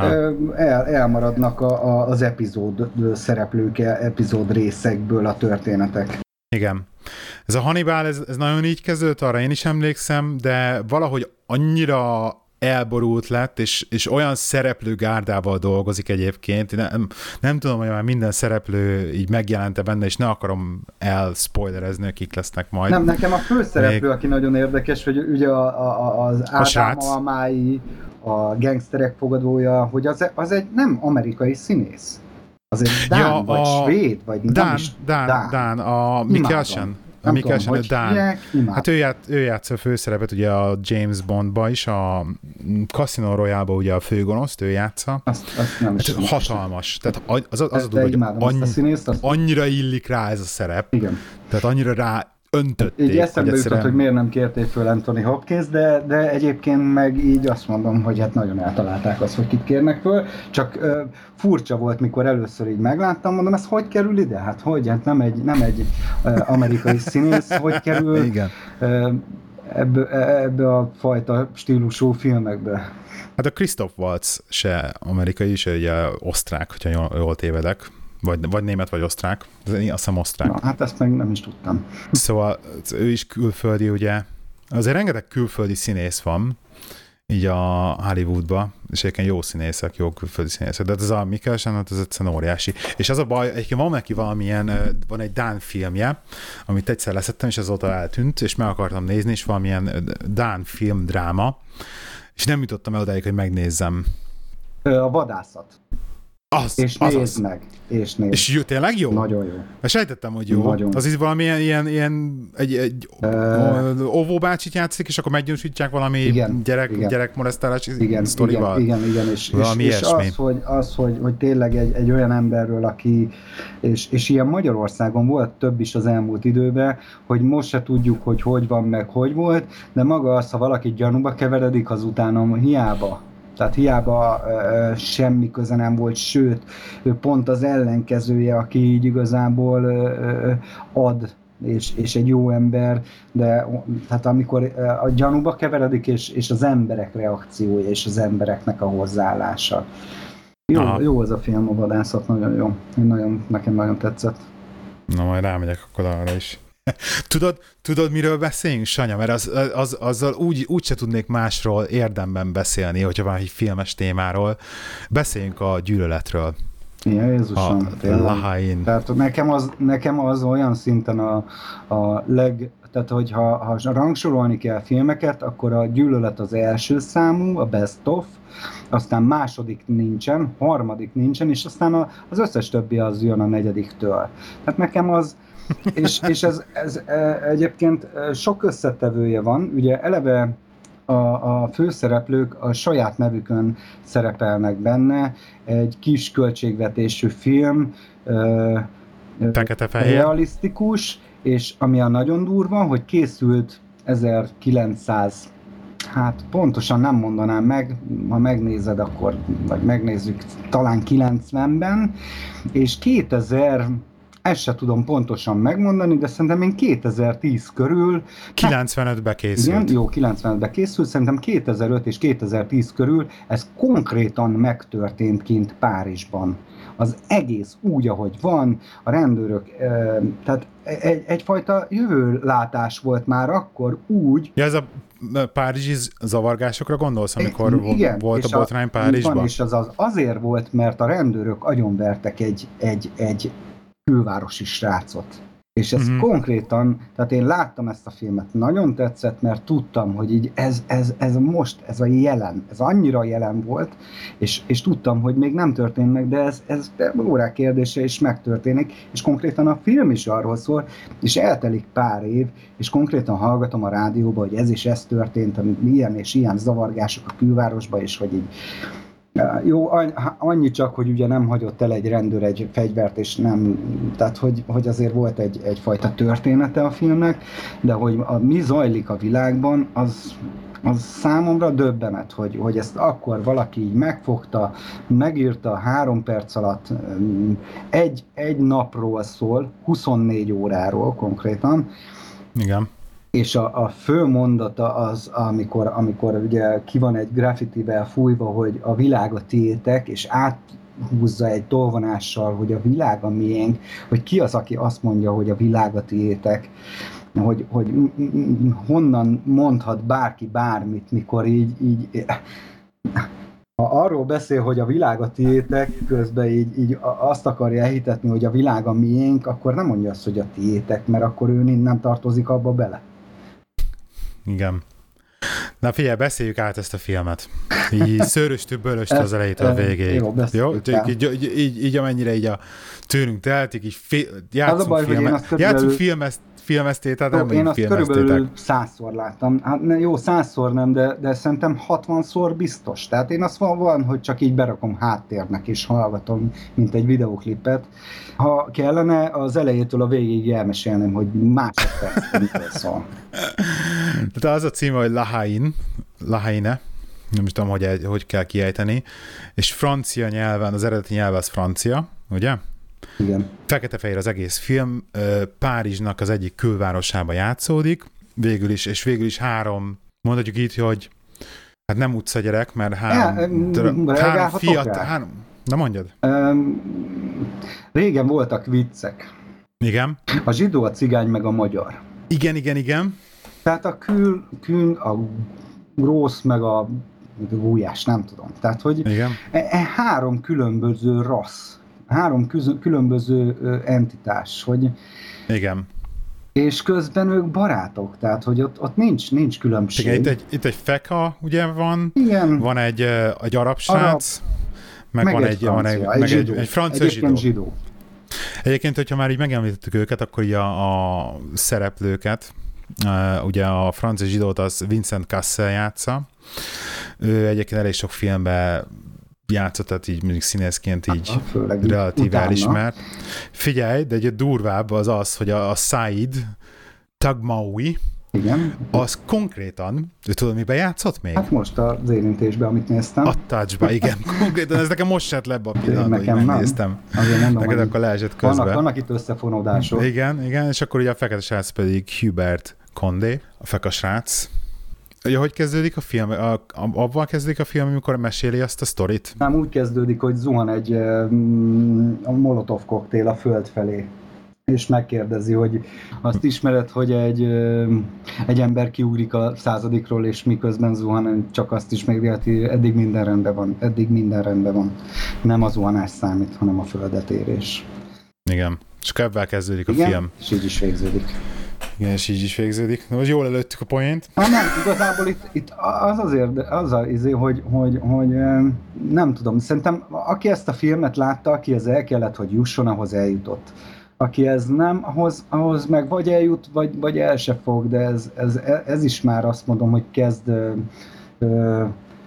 S2: el, elmaradnak a, a, az epizód szereplők, epizód részekből a történetek.
S1: Igen. Ez a Hannibal, ez, ez nagyon így kezdődött, arra én is emlékszem, de valahogy annyira elborult lett, és, és olyan szereplő gárdával dolgozik egyébként. Nem, nem tudom, hogy már minden szereplő így megjelente benne, és ne akarom elspoilerezni, kik lesznek majd.
S2: Nem, nekem a főszereplő, Még... aki nagyon érdekes, hogy ugye a, a, az Ádám Almái, a gangsterek fogadója, hogy az, az egy nem amerikai színész. Az egy Dán, ja, vagy a... svéd, vagy
S1: Dán,
S2: nem is
S1: Dán, Dán, Dán, a Mikkelsen. A Mikkelsen, Dán. Hát ő, ját, ő játsza a főszerepet ugye a James Bondba is, a Casino Royale-ba ugye a főgonoszt, ő játsza.
S2: Azt, azt nem
S1: hát hatalmas. Tehát az, az, az a
S2: durva, hogy annyi,
S1: annyira illik rá ez a szerep.
S2: Igen.
S1: Tehát annyira rá öntötték.
S2: Így eszembe
S1: hogy
S2: jutott,
S1: egyszerűen...
S2: hogy miért nem kérték föl Anthony Hopkins, de, de egyébként meg így azt mondom, hogy hát nagyon eltalálták azt, hogy kit kérnek föl, csak uh, furcsa volt, mikor először így megláttam, mondom, ez hogy kerül ide? Hát hogy? Hát nem egy, nem egy uh, amerikai színész, hogy kerül
S1: Igen.
S2: Uh, ebbe, ebbe a fajta stílusú filmekbe.
S1: Hát a Christoph Waltz se amerikai, se ugye osztrák, hogyha jól, jól tévedek. Vagy, vagy német, vagy osztrák. Azt hiszem osztrák.
S2: Na, hát ezt meg nem is tudtam.
S1: Szóval ő is külföldi, ugye. Azért rengeteg külföldi színész van, így a Hollywoodba, és egyébként jó színészek, jó külföldi színészek, de ez a Mikkelsen, hát ez egyszerűen óriási. És az a baj, egyébként van neki valamilyen, van egy dán filmje, amit egyszer leszettem, és azóta eltűnt, és meg akartam nézni, és valamilyen dán film dráma, és nem jutottam el odáig, hogy megnézzem.
S2: A vadászat.
S1: Az,
S2: és
S1: az,
S2: nézd
S1: az.
S2: meg, és nézd.
S1: És jó, tényleg jó?
S2: Nagyon jó.
S1: Mert sejtettem, hogy jó.
S2: Nagyon.
S1: Az így valamilyen ilyen, ilyen egy, egy uh, óvóbácsit játszik, és akkor meggyanúsítják valami
S2: igen,
S1: gyerek,
S2: igen.
S1: gyerekmolesztálás
S2: igen,
S1: sztorival.
S2: Igen, igen, igen, és,
S1: valami
S2: és, és az, hogy, az hogy, hogy tényleg egy, egy olyan emberről, aki, és, és ilyen Magyarországon volt több is az elmúlt időben, hogy most se tudjuk, hogy hogy van, meg hogy volt, de maga az, ha valaki gyanúba keveredik, azután hiába. Tehát hiába ö, semmi köze nem volt, sőt, ő pont az ellenkezője, aki így igazából ö, ad, és, és egy jó ember, de tehát amikor a gyanúba keveredik, és, és az emberek reakciója, és az embereknek a hozzáállása. Jó, jó az a film, a vadászat, nagyon jó. Nagyon, nekem nagyon tetszett.
S1: Na, majd rámegyek akkor arra is. Tudod, tudod, miről beszéljünk, Sanya? Mert az, az, azzal úgy, úgy se tudnék másról érdemben beszélni, hogyha van egy filmes témáról. Beszéljünk a gyűlöletről.
S2: Ja, Jézusom,
S1: a Lahain.
S2: Tehát nekem az, nekem az olyan szinten a, a leg... Tehát, hogyha ha rangsorolni kell filmeket, akkor a Gyűlölet az első számú, a Best of, aztán második nincsen, harmadik nincsen, és aztán a, az összes többi az jön a negyediktől. Tehát nekem az... és, és ez, ez egyébként sok összetevője van, ugye eleve a, a főszereplők a saját nevükön szerepelnek benne, egy kis költségvetésű film, realisztikus, és ami a nagyon durva, hogy készült ezerkilencszáz, hát pontosan nem mondanám meg, ha megnézed, akkor, vagy megnézzük, talán kilencvenben, és kétezer, ezt se tudom pontosan megmondani, de szerintem én kétezer-tíz körül...
S1: kilencvenötben készült.
S2: Igen, jó, kilencvenötben készült, szerintem kétezer-öt és kétezer-tíz körül ez konkrétan megtörtént kint Párizsban. Az egész úgy, ahogy van, a rendőrök, e, tehát egy, egyfajta jövőlátás volt már akkor úgy...
S1: Ja, ez a párizsi zavargásokra gondolsz, amikor
S2: igen,
S1: volt a botrány Párizsban?
S2: Van, és az, az azért volt, mert a rendőrök agyonvertek egy, egy, egy külvárosi srácot. És ez uh-huh. konkrétan, tehát én láttam ezt a filmet, nagyon tetszett, mert tudtam, hogy így ez, ez, ez most, ez a jelen, ez annyira jelen volt, és, és tudtam, hogy még nem történt meg, de ez, ez órák kérdése, és megtörténik, és konkrétan a film is arról szól, és eltelik pár év, és konkrétan hallgatom a rádióba, hogy ez is ez történt, ilyen és ilyen zavargások a külvárosba, és hogy így jó, annyi csak, hogy ugye nem hagyott el egy rendőr egy fegyvert, és nem, tehát hogy, hogy azért volt egy, egyfajta története a filmnek, de hogy a, mi zajlik a világban, az, az számomra döbbenet, hogy, hogy ezt akkor valaki így megfogta, megírta három perc alatt, egy, egy napról szól, huszonnégy óráról konkrétan.
S1: Igen.
S2: És a, a fő mondata az, amikor, amikor ugye ki van egy graffitivel fújva, hogy a világ a tiétek, és áthúzza egy tolvonással, hogy a világ a miénk, hogy ki az, aki azt mondja, hogy a világ a tiétek, hogy, hogy honnan mondhat bárki bármit, mikor így, így ha arról beszél, hogy a világ a tiétek, közben így, így azt akarja elhitetni, hogy a világ a miénk, akkor nem mondja azt, hogy a tiétek, mert akkor ő nem tartozik abba bele.
S1: Igen. Na figyelj, beszéljük át ezt a filmet. Így szőröstű, bőröstű az elejétől a végéig.
S2: Jó,
S1: jó? Így, így, így, így amennyire így a tőlünk teltik, így fél, játszunk,
S2: baj,
S1: filme,
S2: körülbelül...
S1: játszunk filmezt, filmesztétet, nem
S2: én azt körülbelül
S1: tényleg.
S2: százszor láttam. Hát jó, százszor nem, de, de szerintem hatvanszor biztos. Tehát én azt van, van, hogy csak így berakom háttérnek és hallgatom, mint egy videóklipet. Ha kellene, az elejétől a végéig elmesélném, hogy másodperc perc, mikor szól.
S1: Tehát az a címe, hogy Lahain, Lahaine, nem is tudom, hogy, hogy kell kiejteni, és francia nyelven, az eredeti nyelv az francia, ugye?
S2: Igen.
S1: Fekete-fehér az egész film, Párizsnak az egyik külvárosába játszódik, végül is, és végül is három, mondhatjuk így, hogy hát nem utcagyerek, mert három,
S2: ja,
S1: három fiat, három, na mondjad.
S2: Um, régen voltak viccek.
S1: Igen.
S2: A zsidó, a cigány, meg a magyar.
S1: Igen, igen, igen.
S2: Tehát a kül, kül a grósz, meg a gújás, nem tudom. Tehát, hogy
S1: igen.
S2: E, e három különböző rassz, három küz, különböző entitás, hogy
S1: igen.
S2: És közben ők barátok, tehát hogy ott, ott nincs, nincs különbség.
S1: Igen, itt egy, itt egy feka, ugye van,
S2: igen.
S1: Van egy, egy arab srác,
S2: arab,
S1: meg, meg van egy, francia, van egy, egy, meg egy, egy francia
S2: Egyébként
S1: zsidó.
S2: zsidó.
S1: Egyébként, hogyha már így megemlítettük őket, akkor így a, a szereplőket, uh, ugye a francia zsidót az Vincent Cassel játsza. Ő egyébként elég sok filmben játszott, tehát így mondjuk színészként így
S2: Aha,
S1: relatív elismert. Figyelj, de egy durvább az az, hogy a, a Said Tagmaoui,
S2: igen.
S1: az konkrétan, ő tudod, miben játszott még?
S2: Hát most az érintésben, amit néztem.
S1: A Touchba, igen. Konkrétan ez nekem most jött le a pillanatban, hogy megnéztem.
S2: Nem.
S1: Neked akkor leesett közben.
S2: Vannak, vannak itt összefonódások.
S1: Igen, igen, és akkor ugye a fekete srác pedig Hubert Condé, a fekete srác. Ugye, hogy kezdődik a film? A, a, abban kezdődik a film, amikor meséli azt a sztorit?
S2: Nem, úgy kezdődik, hogy zuhan egy um, molotov koktél a föld felé, és megkérdezi, hogy azt ismered, hogy egy, um, egy ember kiugrik a századikról, és miközben zuhan, csak azt ismergeti, eddig minden rendben van, eddig minden rendben van. Nem a zuhanás számít, hanem a földet érés.
S1: Igen, és ebben kezdődik a
S2: igen,
S1: film.
S2: És így is végződik.
S1: Igen, és így is végződik. Na, most jól előttük a poént.
S2: Hát nem, igazából itt, itt az azért, az az izé, hogy, hogy, hogy nem tudom, szerintem aki ezt a filmet látta, aki ez el kellett, hogy jusson, ahhoz eljutott. Aki ez nem, ahhoz, ahhoz meg vagy eljut, vagy, vagy el se fog, de ez, ez, ez is már azt mondom, hogy kezd ö, ö,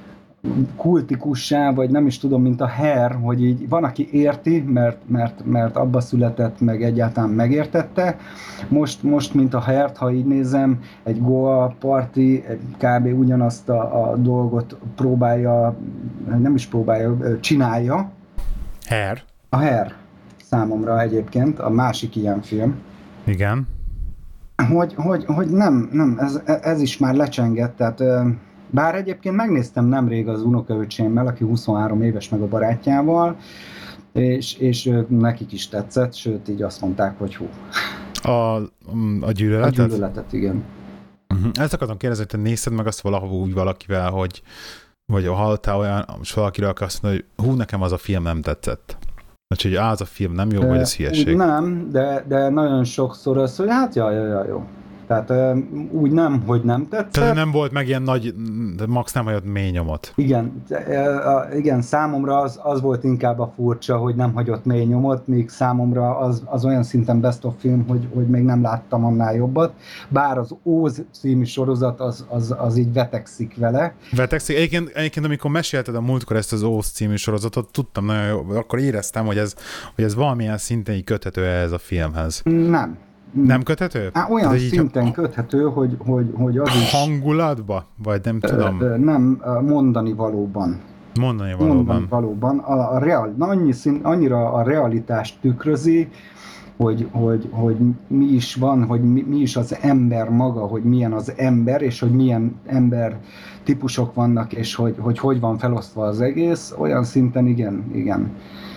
S2: kultikussá, vagy nem is tudom, mint a Hair, hogy így van, aki érti, mert, mert, mert abba született, meg egyáltalán megértette. Most, most mint a Hair-t, ha így nézem, egy Goa Party kb. Ugyanazt a, a dolgot próbálja, nem is próbálja, csinálja.
S1: Hair?
S2: A Hair számomra egyébként, a másik ilyen film.
S1: Igen.
S2: Hogy, hogy, hogy nem, nem, ez, ez is már lecsengett, tehát bár egyébként megnéztem nemrég az unokaöcsémmel, aki huszonhárom éves, meg a barátjával, és, és nekik is tetszett, sőt így azt mondták, hogy hú.
S1: A, a gyűlöletet?
S2: A gyűlöletet, igen.
S1: Uh-huh. Ezt akartam kérdezni, hogy te nézted meg azt valahol úgy valakivel, hogy vagy hallottál olyan, most valakiről akarsz mondani, hogy hú, nekem az a film nem tetszett. Úgyhogy az a film nem jó, vagy ez hülyeség?
S2: Nem, de, de nagyon sokszor az, hogy hát jaj, jaj, jaj, jó. Tehát úgy nem, hogy nem tetszett.
S1: Tehát nem volt meg ilyen nagy, de max nem hagyott mély nyomot.
S2: Igen, igen, számomra az, az volt inkább a furcsa, hogy nem hagyott mély nyomot, míg számomra az, az olyan szinten best of film, hogy, hogy még nem láttam annál jobbat. Bár az Óz című sorozat az, az, az így vetekszik vele.
S1: Vetekszik? Egyébként, egyébként amikor mesélted a múltkor ezt az Óz című sorozatot, tudtam nagyon jó, akkor éreztem, hogy ez, hogy ez valamilyen szinten így köthető ez a filmhez.
S2: Nem.
S1: Nem köthető?
S2: Há, olyan szinten így köthető, hogy, hogy, hogy az is...
S1: Hangulatba? Vagy nem tudom?
S2: Ö, nem, mondani valóban.
S1: Mondani valóban.
S2: Mondani valóban. A, a real, annyi szín, annyira a realitást tükrözi, hogy, hogy, hogy mi is van, hogy mi, mi is az ember maga, hogy milyen az ember, és hogy milyen ember típusok vannak, és hogy hogy, hogy van felosztva az egész. Olyan szinten igen, igen.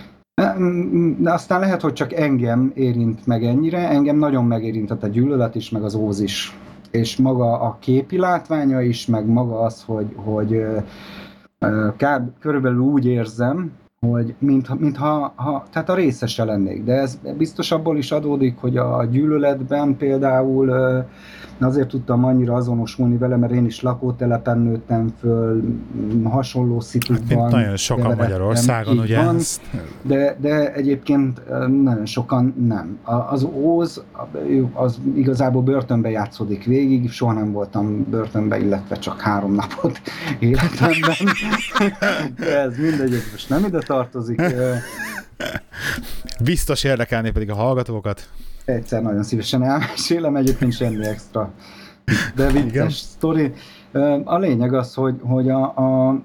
S2: De aztán lehet, hogy csak engem érint meg ennyire, engem nagyon megérintett a gyűlölet is, meg az Óz is. És maga a képi látványa is, meg maga az, hogy, hogy kb, körülbelül úgy érzem, hogy mintha, mintha ha, tehát a részese lennék. De ez biztos abból is adódik, hogy a gyűlöletben például azért tudtam annyira azonosulni vele, mert én is lakótelepen nőttem föl, hasonló szitukban.
S1: Hát, nagyon sokan Magyarországon, ugye?
S2: Van, de, de egyébként nagyon sokan nem. Az Óz az igazából börtönbe játszódik végig, soha nem voltam börtönbe, illetve csak három napot életemben. Ez mindegy, ez most nem ide tartozik.
S1: Biztos érdekelné pedig a hallgatókat,
S2: egyszer nagyon szívesen elmesélem, egyébként semmi extra, de vicces sztori. A lényeg az, hogy, hogy a, a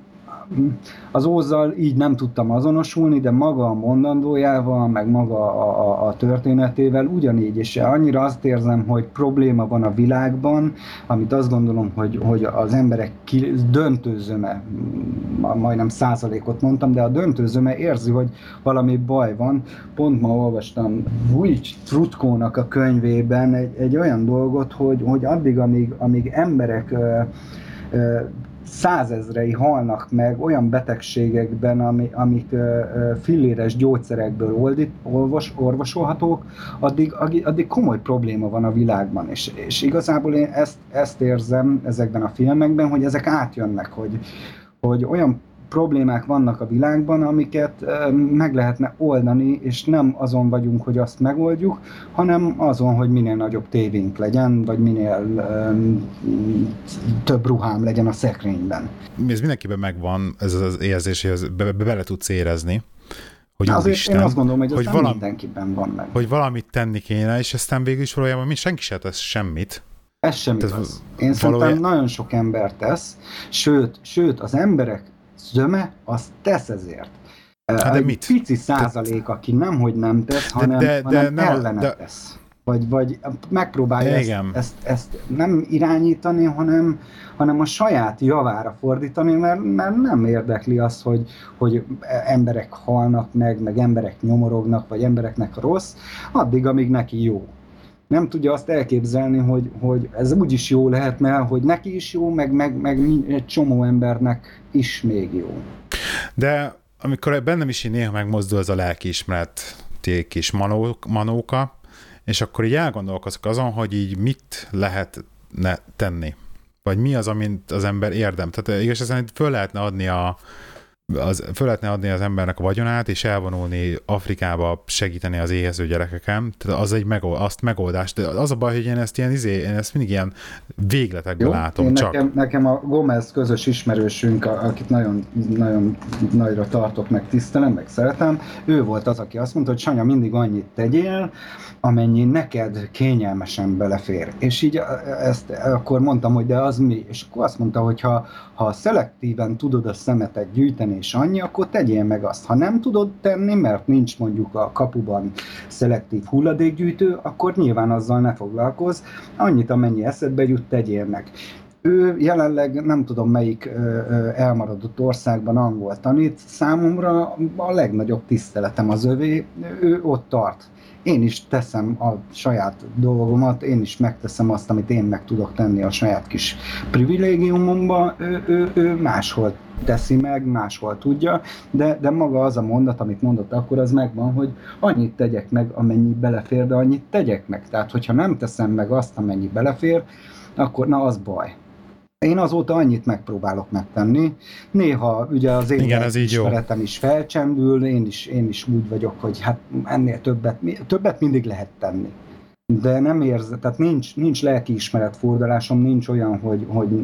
S2: az Ózzal így nem tudtam azonosulni, de maga a mondandójával, meg maga a, a, a történetével ugyanígy, és annyira azt érzem, hogy probléma van a világban, amit azt gondolom, hogy, hogy az emberek ki, döntőzöme, majdnem százalékot mondtam, de a döntőzöme érzi, hogy valami baj van. Pont ma olvastam Vujicic Trutkónak a könyvében egy, egy olyan dolgot, hogy, hogy addig, amíg, amíg emberek ö, ö, százezrei halnak meg olyan betegségekben, ami, amik uh, filléres gyógyszerekből oldít, olvos, orvosolhatók, addig, addig komoly probléma van a világban. És, és igazából én ezt, ezt érzem ezekben a filmekben, hogy ezek átjönnek, hogy, hogy olyan problémák vannak a világban, amiket uh, meg lehetne oldani, és nem azon vagyunk, hogy azt megoldjuk, hanem azon, hogy minél nagyobb tévénk legyen, vagy minél um, több ruhám legyen a szekrényben.
S1: Ez mindenkiben megvan, ez az érzés, hogy be, be, bele tudsz érezni, hogy
S2: azért
S1: Isten,
S2: én azt gondolom, hogy, hogy
S1: valami,
S2: mindenkiben van meg.
S1: Hogy valamit tenni kéne, és aztán végül is valójában mi senki se tesz semmit.
S2: Ez sem igaz. Én valójá... szerintem nagyon sok ember tesz, sőt, sőt az emberek zöme, az tesz ezért.
S1: Hát de mit?
S2: Pici százalék, aki nemhogy nem tesz, hanem, de, de, hanem de, ellene de... tesz. Vagy, vagy megpróbálja ezt, ezt, ezt nem irányítani, hanem, hanem a saját javára fordítani, mert, mert nem érdekli azt, hogy, hogy emberek halnak meg, meg emberek nyomorognak, vagy embereknek rossz, addig, amíg neki jó. Nem tudja azt elképzelni, hogy, hogy ez úgy is jó lehetne, hogy neki is jó, meg, meg, meg egy csomó embernek is még jó.
S1: De amikor bennem is így néha megmozdul ez a lelkiismeret kis manó, manóka, és akkor így elgondolkozok azon, hogy így mit lehetne tenni. Vagy mi az, amit az ember érdem. Tehát igaz, szerint föl lehetne adni a Az, föl lehetne adni az embernek a vagyonát, és elvonulni Afrikába, segíteni az éhező gyerekeken. Tehát az egy megold, azt megoldás. De az a baj, hogy én ezt, ilyen, izé, én ezt mindig ilyen végletekben jó, látom.
S2: Én
S1: csak.
S2: Nekem, nekem a Gomez közös ismerősünk, akit nagyon, nagyon nagyra tartok, meg tisztelem, meg szeretem, ő volt az, aki azt mondta, hogy Sanya, mindig annyit tegyél, amennyi neked kényelmesen belefér. És így ezt akkor mondtam, hogy de az mi? És akkor azt mondta, hogy ha, ha szelektíven tudod a szemetet gyűjteni, és annyi, akkor tegyél meg azt. Ha nem tudod tenni, mert nincs mondjuk a kapuban szelektív hulladékgyűjtő, akkor nyilván azzal ne foglalkozz. Annyit, amennyi eszedbe jut, tegyél meg. Ő jelenleg nem tudom melyik ö, ö, elmaradott országban angol tanít, számomra a legnagyobb tiszteletem az övé, ő ott tart. Én is teszem a saját dolgomat, én is megteszem azt, amit én meg tudok tenni a saját kis privilégiumomba, ő, ő, ő máshol teszi meg, máshol tudja, de, de maga az a mondat, amit mondott akkor, az megvan, hogy annyit tegyek meg, amennyi belefér, de annyit tegyek meg. Tehát, hogyha nem teszem meg azt, amennyi belefér, akkor na, az baj. Én azóta annyit megpróbálok megtenni. Néha ugye az én ismeretem is felcsendül, én is, én is úgy vagyok, hogy hát ennél többet, többet mindig lehet tenni. De nem érzem, tehát nincs, nincs lelkiismeret fordulásom, nincs olyan, hogy, hogy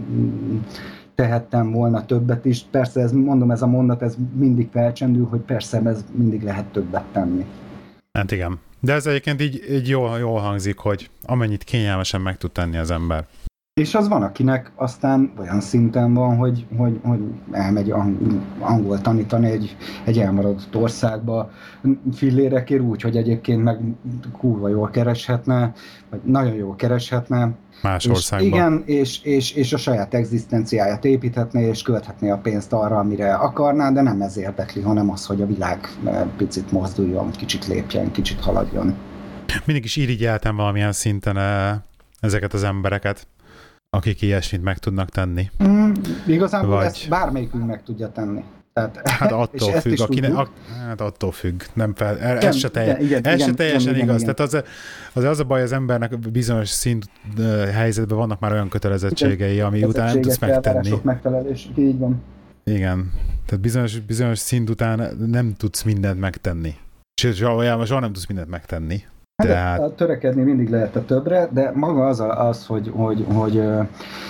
S2: tehettem volna többet is. Persze, ez, mondom, ez a mondat, ez mindig felcsendül, hogy persze, ez mindig lehet többet tenni.
S1: Hát igen. De ez egyébként így, így jól, jól hangzik, hogy amennyit kényelmesen meg tud tenni az ember.
S2: És az van, akinek aztán olyan szinten van, hogy, hogy, hogy elmegy angol tanítani egy, egy elmaradott országba fillérekért úgy, hogy egyébként meg kurva jól kereshetne, vagy nagyon jól kereshetne.
S1: Más
S2: és
S1: országban.
S2: Igen, és, és, és a saját egzisztenciáját építhetné, és költhetné a pénzt arra, amire akarná, de nem ez érdekli, hanem az, hogy a világ picit mozduljon, kicsit lépjen, kicsit haladjon.
S1: Mindig is irigyeltem valamilyen szinten ezeket az embereket, akik ilyesmit meg tudnak tenni.
S2: Mm, igazából
S1: Vagy...
S2: ezt bármelyikünk meg tudja tenni. Tehát,
S1: hát attól függ, akine, ak, hát attól függ. Nem fel, ez igen, se, telje, igen, ez igen, se teljesen igen, igaz. Igen. Tehát az, az, az a baj, az embernek bizonyos szint helyzetben vannak már olyan kötelezettségei, ami után nem tudsz megtenni.
S2: Megfelelés, így van.
S1: Igen. Tehát bizonyos, bizonyos szint után nem tudsz mindent megtenni. Sőt, valójában soha nem tudsz mindent megtenni.
S2: Hát tehát... de, törekedni mindig lehet a többre, de maga az, az hogy, hogy, hogy uh,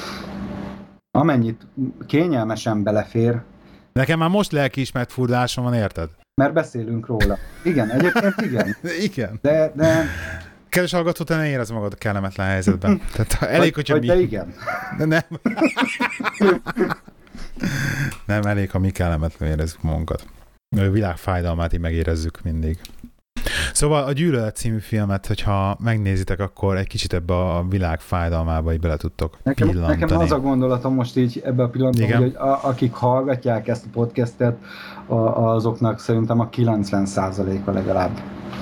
S2: amennyit kényelmesen belefér.
S1: Nekem már most lelkiismert furdásom van, érted?
S2: Mert beszélünk róla. Igen, egyébként igen.
S1: igen.
S2: De, de
S1: Kedves hallgató, te ne érezd magad a kellemetlen helyzetben. Tehát elég,
S2: vagy,
S1: hogyha
S2: vagy
S1: mi...
S2: de igen.
S1: De nem. Nem elég, ha mi kellemetlen érezzük magunkat. A világ fájdalmát így megérezzük mindig. Szóval a Gyűlölet című filmet, hogyha megnézitek, akkor egy kicsit ebbe a világ fájdalmába így bele tudtok
S2: nekem,
S1: pillantani.
S2: nekem az a gondolatom most így ebbe a pillanatban,
S1: Igen.
S2: hogy a, akik hallgatják ezt a podcastet, a, azoknak szerintem a kilencven százaléka legalább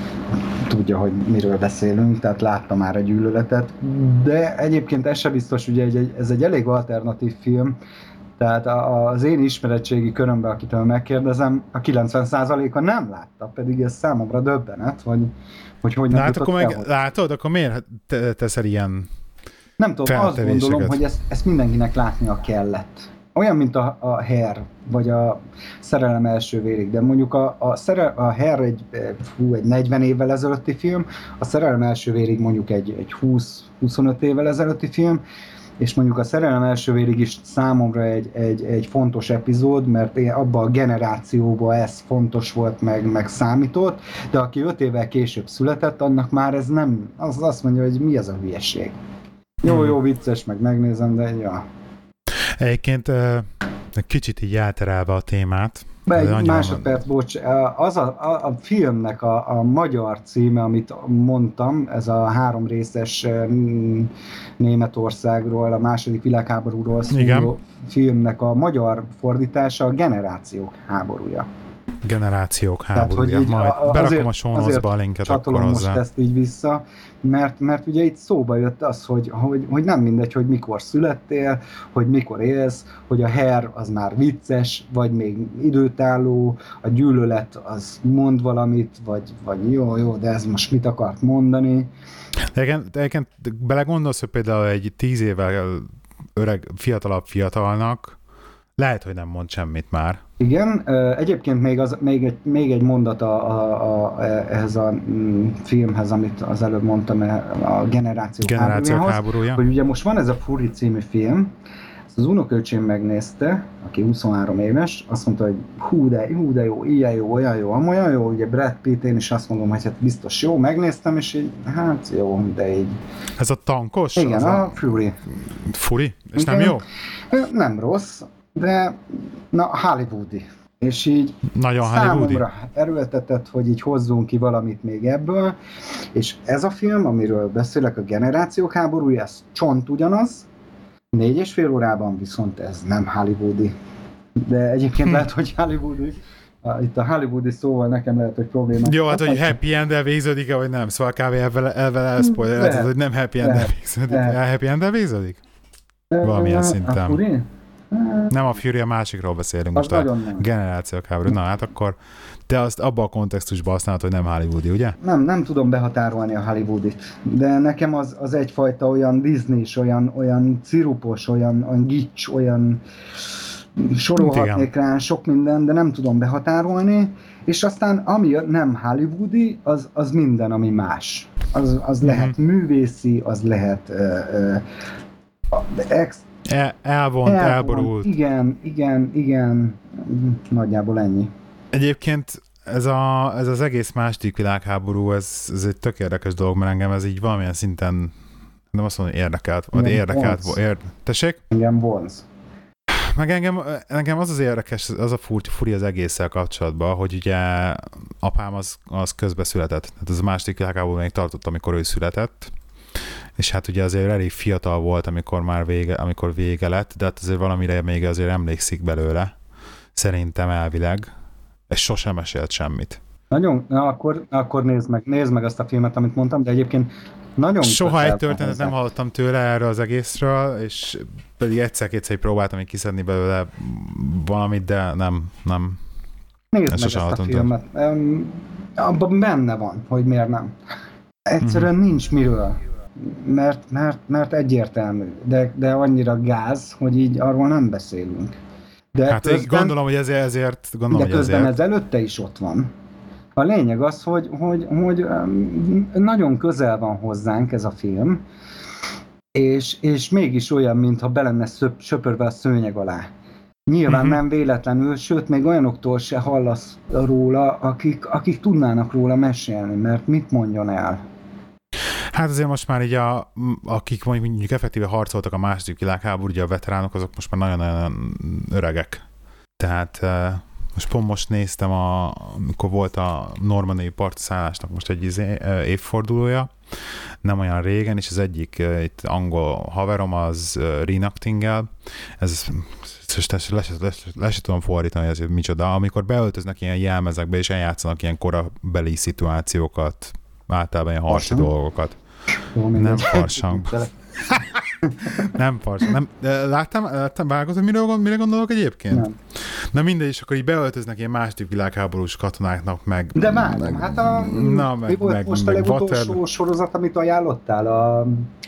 S2: tudja, hogy miről beszélünk, tehát látta már a Gyűlöletet, de egyébként ez sem biztos, ugye egy, ez egy elég alternatív film, tehát az én ismeretségi körömben, akitől megkérdezem, a kilencven százaléka nem látta, pedig ez számomra döbbenet, hogy hogy, hogy nem
S1: hát
S2: jutott
S1: akkor
S2: el,
S1: meg,
S2: hogy...
S1: látod, akkor miért te, teszel ilyen
S2: Nem tudom, azt gondolom, hogy ezt, ezt mindenkinek látnia kellett. Olyan, mint a, a Hair, vagy a Szerelem első vérig, de mondjuk a, a, szerel, a Hair egy, fú, egy negyven évvel ezelőtti film, a Szerelem első vérig mondjuk egy, egy húsz-huszonöt évvel ezelőtti film, és mondjuk a Szerelem első vérig is számomra egy, egy, egy fontos epizód, mert abban a generációban ez fontos volt, meg, meg számított, de aki öt évvel később született, annak már ez nem, az azt mondja, hogy mi ez a hülyeség. Jó, jó, vicces, meg megnézem, de ja.
S1: Egyébként kicsit így elterelve a témát.
S2: Be egy másodperc, bocs, az a, a, a filmnek a, a magyar címe, amit mondtam, ez a három részes Németországról, a második világháborúról szóló filmnek a magyar fordítása a Generációk háborúja.
S1: Generációk háborúja.
S2: Tehát,
S1: majd
S2: a,
S1: berakom a show-notes-ba a linket akkor hozzá.
S2: most ezt így vissza, mert, mert ugye itt szóba jött az, hogy, hogy, hogy nem mindegy, hogy mikor születtél, hogy mikor élsz, hogy a Hair az már vicces, vagy még időtálló, a Gyűlölet az mond valamit, vagy, vagy jó, jó, de ez most mit akart mondani.
S1: Egyébként belegondolsz, hogy például egy tíz évvel öreg, fiatalabb fiatalnak lehet, hogy nem mond semmit már.
S2: Igen, egyébként még, az, még, egy, még egy mondat a, a, a, ehhez a filmhez, amit az előbb mondtam, a Generációk,
S1: Generációk háborúja,
S2: hogy ugye most van ez a Fury című film, ezt az unoköcsém megnézte, aki huszonhárom éves, azt mondta, hogy hú de, hú de jó, ilyen jó, olyan jó, amolyan jó, ugye Brad Pitt, én is azt mondom, hogy hát biztos jó, megnéztem, és így, hát jó, de így.
S1: Ez a tankos?
S2: Igen, a, a
S1: Fury. Fury? És
S2: igen,
S1: nem jó?
S2: Nem rossz, de na, hollywoodi. És így
S1: nagyon hollywoodi.
S2: Számomra erőltetett, hogy így hozzunk ki valamit még ebből, és ez a film, amiről beszélek, a Generációk háborúja, ez csont ugyanaz, négy és fél órában viszont ez nem hollywoodi. De egyébként hm. lehet, hogy hollywoodi. Itt a hollywoodi szóval nekem lehet, hogy problémák.
S1: Jó, hát, hogy happy end-el végződik-e, vagy nem? Szóval kávé elvel elszpoiler, hogy nem happy end-el végződik. El happy end-el végződik? Valamilyen szinten.
S2: Fury?
S1: Nem a Fury, a másikról beszélünk most, a Generációk háború. Na hát akkor te azt abban a kontextusban használod, hogy nem hollywoodi, ugye?
S2: Nem, nem tudom behatárolni a hollywoodit, de nekem az, az egyfajta olyan Disney-s, olyan, olyan cirupos, olyan, olyan gics, olyan sorolhatnék rá sok minden, de nem tudom behatárolni, és aztán ami nem hollywoodi, az, az minden, ami más. Az, az mm-hmm. lehet művészi, az lehet uh, uh, ex
S1: El, elvont, elvont, elborult.
S2: Igen, igen, igen. Nagyjából ennyi.
S1: Egyébként ez, a, ez az egész második világháború, ez, ez egy tök érdekes dolog, mert engem ez így valamilyen szinten, nem azt mondom, hogy érdekelt, vagy érdekelt. Ér... Tessék?
S2: Engem vonz.
S1: Meg engem, engem az az érdekes, az a furi, furi az egésszel kapcsolatban, hogy ugye apám az, az közbe született. Tehát az a második világháború még tartott, amikor ő született. És hát ugye azért elég fiatal volt, amikor már vége, amikor vége lett, de hát azért valamire még azért emlékszik belőle, szerintem elvileg, és sosem mesélt semmit.
S2: Nagyon, na akkor, akkor nézd meg, nézd meg azt a filmet, amit mondtam, de egyébként nagyon...
S1: Soha egy történetet nem hallottam tőle erről az egészről, és pedig egyszer-kétszer próbáltam így kiszedni belőle valamit, de nem, nem.
S2: Nézd meg ezt a filmet. Um, abban benne van, hogy miért nem. Egyszerűen uh-huh. nincs miről. Mert, mert, mert egyértelmű, de, de annyira gáz, hogy így arról nem beszélünk. De
S1: hát közben, gondolom, hogy ezért, ezért gondolom,
S2: de
S1: hogy
S2: közben
S1: ezért.
S2: ez előtte is ott van. A lényeg az, hogy, hogy, hogy nagyon közel van hozzánk ez a film, és, és mégis olyan, mintha be lenne szöp, söpörve a szőnyeg alá. Nyilván uh-huh. nem véletlenül, sőt, még olyanoktól se hallasz róla, akik, akik tudnának róla mesélni, mert mit mondjon el?
S1: Hát azért most már így, a, akik mondjuk effektíve harcoltak a második világháború, ugye a veteránok, azok most már nagyon-nagyon öregek. Tehát most pont most néztem, a, amikor volt a normandiai partiszállásnak most egy izé, évfordulója, nem olyan régen, és az egyik itt angol haverom az reenactinggel, ez le se tudom fordítani, ezért micsoda, amikor beöltöznek ilyen jelmezekbe, és eljátszanak ilyen korabeli szituációkat, általában ilyen harci dolgokat. Jó, nem farsang. Nem farsang. Nem, láttam, láttam vágod, hogy mire, mire gondolok egyébként?
S2: Nem.
S1: Na mindegy, és akkor így beöltöznek ilyen második világháborús katonáknak, meg...
S2: De már, meg, hát a... Na, meg, mi volt meg, most meg, a legutolsó Water... sorozat, amit ajánlottál a...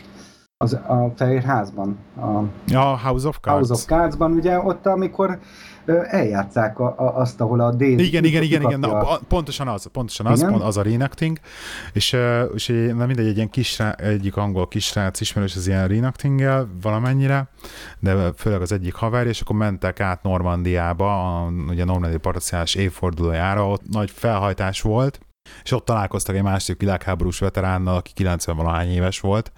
S2: Az, a Fehér Házban. A,
S1: a House of Cards.
S2: House of Cards-ban, ugye ott, amikor eljátszák a, a, azt, ahol a Dave...
S1: Igen, igen, igen, igen, na, pontosan az, pontosan az, pont az a reenacting, és, és na mindegy, egy ilyen kisrá, egyik angol kisrác ismerős az ilyen reenactinggel valamennyire, de főleg az egyik haver, és akkor mentek át Normandiába, a, ugye a normandiai partiszállás évfordulójára, ott nagy felhajtás volt, és ott találkoztak egy második világháborús veteránnal, aki kilencven-valahány éves volt.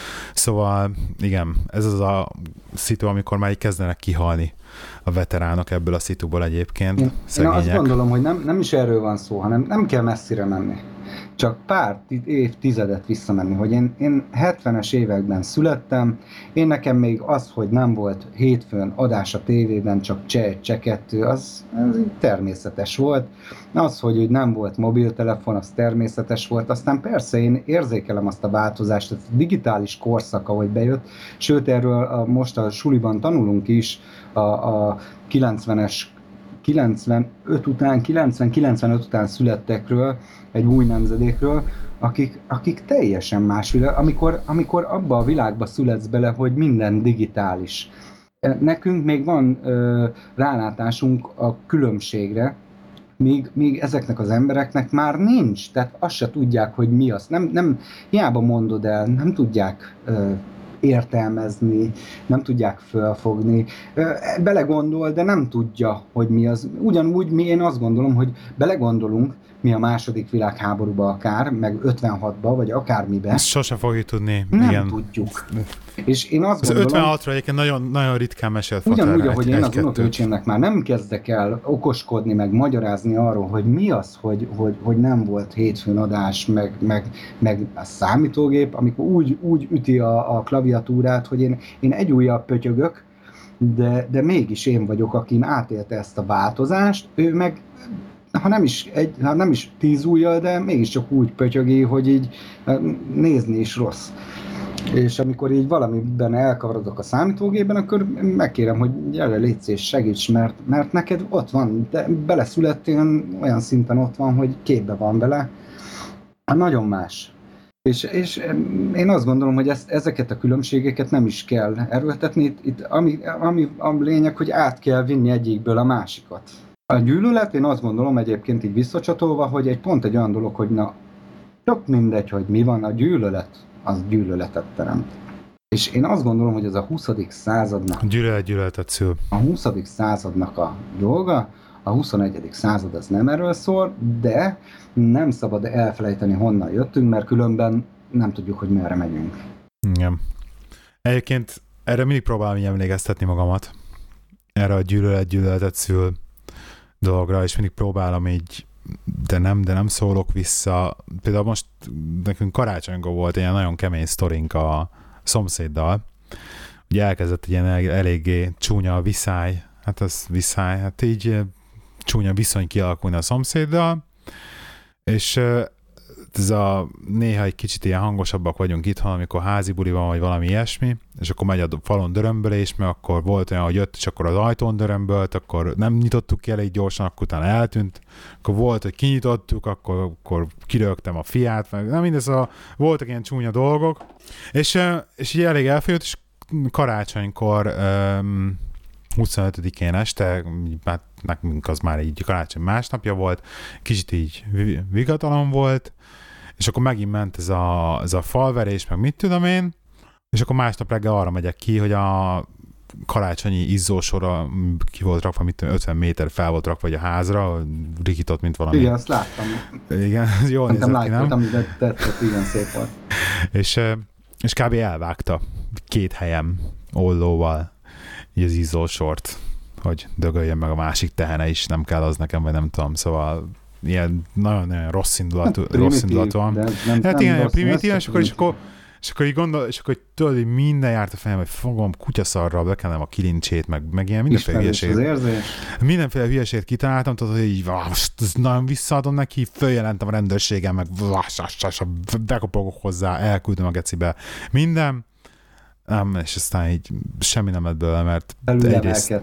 S1: Szóval igen, ez az a szitu, amikor már így kezdenek kihalni a veteránok ebből a szituból egyébként. Én, én azt
S2: gondolom, hogy nem, nem is erről van szó, hanem nem kell messzire menni. Csak pár évtizedet visszamenni, hogy én, én hetvenes években születtem, én nekem még az, hogy nem volt hétfőn adás a tévében, csak cseh, cseh kettő, az, az természetes volt. Az, hogy, hogy nem volt mobiltelefon, az természetes volt. Aztán persze én érzékelem azt a változást, a digitális korszak, ahogy bejött, sőt erről a, most a suliban tanulunk is a, a kilencvenes kilencvenöt után, kilencven-kilencvenöt után születtekről, egy új nemzedékről, akik, akik teljesen más világ, amikor, amikor abba a világba születsz bele, hogy minden digitális. Nekünk még van ö, rálátásunk a különbségre, míg, míg ezeknek az embereknek már nincs, tehát azt se tudják, hogy mi az. Nem, nem hiába mondod el, nem tudják ö, értelmezni, nem tudják felfogni. Belegondol, de nem tudja, hogy mi az. Ugyanúgy mi, én azt gondolom, hogy belegondolunk mi a második világháborúba akár, meg ötvenhatba, vagy akármibe.
S1: Ezt sose fogjuk tudni.
S2: Nem
S1: igen.
S2: tudjuk. És én azt
S1: az
S2: gondolom...
S1: ötvenhatra egyébként nagyon, nagyon ritkán mesélt
S2: ugyanúgy, ahogy én az unokaöcsémnek már nem kezdek el okoskodni, meg magyarázni arról, hogy mi az, hogy, hogy, hogy nem volt hétfőn adás, meg, meg, meg a számítógép, amikor úgy, úgy üti a, a klaviatúrát, hogy én, én egy ujjal pötyögök, de, de mégis én vagyok, akin átélte ezt a változást, ő meg ha nem is, egy, ha nem is tíz ujjal, de mégiscsak úgy pötyögi, hogy így nézni is rossz. És amikor így valamiben elkavarodok a számítógépben, akkor megkérem, hogy gyere, légy és segíts, mert, mert neked ott van, de beleszülettél, olyan szinten ott van, hogy képbe van vele. Nagyon más. És, és én azt gondolom, hogy ezt, ezeket a különbségeket nem is kell erőltetni. Itt, itt ami, ami a lényeg, hogy át kell vinni egyikből a másikat. A gyűlölet, én azt gondolom egyébként így visszacsatolva, hogy egy pont egy olyan dolog, hogy na, tök mindegy, hogy mi van, a gyűlölet, az gyűlöletet teremt. És én azt gondolom, hogy ez a huszadik századnak...
S1: A gyűlölet gyűlöletet szül.
S2: A huszadik századnak a dolga, a huszonegyedik század az nem erről szól, de nem szabad elfelejteni, honnan jöttünk, mert különben nem tudjuk, hogy merre megyünk.
S1: Igen. Egyébként erre mindig próbálom így emlékeztetni magamat. Erre a gyűlölet gyűlöletet szül dologra, és mindig próbálom így, de nem, de nem szólok vissza. Például most nekünk karácsonykor volt egy nagyon kemény sztorink a szomszéddal. Ugye elkezdett egy ilyen eléggé csúnya viszály, hát az viszály, hát így csúnya viszony kialakulni a szomszéddal, és ez a néha egy kicsit ilyen hangosabbak vagyunk itthon, amikor házi buli van, vagy valami ilyesmi, és akkor megy a falon dörömbölés, mert akkor volt olyan, hogy jött, és akkor az ajtón dörömbölt, akkor nem nyitottuk ki elég gyorsan, akkor utána eltűnt, akkor volt, hogy kinyitottuk, akkor, akkor kirögtem a fiát, meg nem mindez, a, voltak ilyen csúnya dolgok, és, és így elég elfőtt, és karácsonykor um, huszonötödikén este, hát nekünk az már így karácsony másnapja volt, kicsit így vigatalom volt, és akkor megint ment ez a, ez a falverés, meg mit tudom én, és akkor másnap reggel arra megyek ki, hogy a karácsonyi izzósora ki volt rakva, mit tudom, ötven méter fel volt rakva vagy a házra, rikított, mint valami.
S2: Igen, azt láttam.
S1: Igen, jól nézett ki, nem?
S2: Nem tetszett, igen, szép volt.
S1: És, és kb. Elvágta két helyem ollóval így az izzósort, hogy dögöljön meg a másik tehene is, nem kell az nekem, vagy nem tudom, szóval ilyen nagyon-nagyon rossz indulatú, hát, rossz indulatú van. Nem, hát igen, primitív, és akkor, és akkor És akkor így gondol, és akkor tudod, hogy minden járt a fejem, hogy fogom kutyaszarral, bekenem a kilincsét, meg, meg ilyen mindenféle hülyeséget. Mindenféle hülyeséget kitaláltam, tudod, hogy így most nagyon visszaadom neki, följelentem a rendőrségen, meg bekopogok hozzá, elküldöm a gecibe. Minden. Nem, és aztán így semmi nem lett belőle, mert
S2: egyrészt...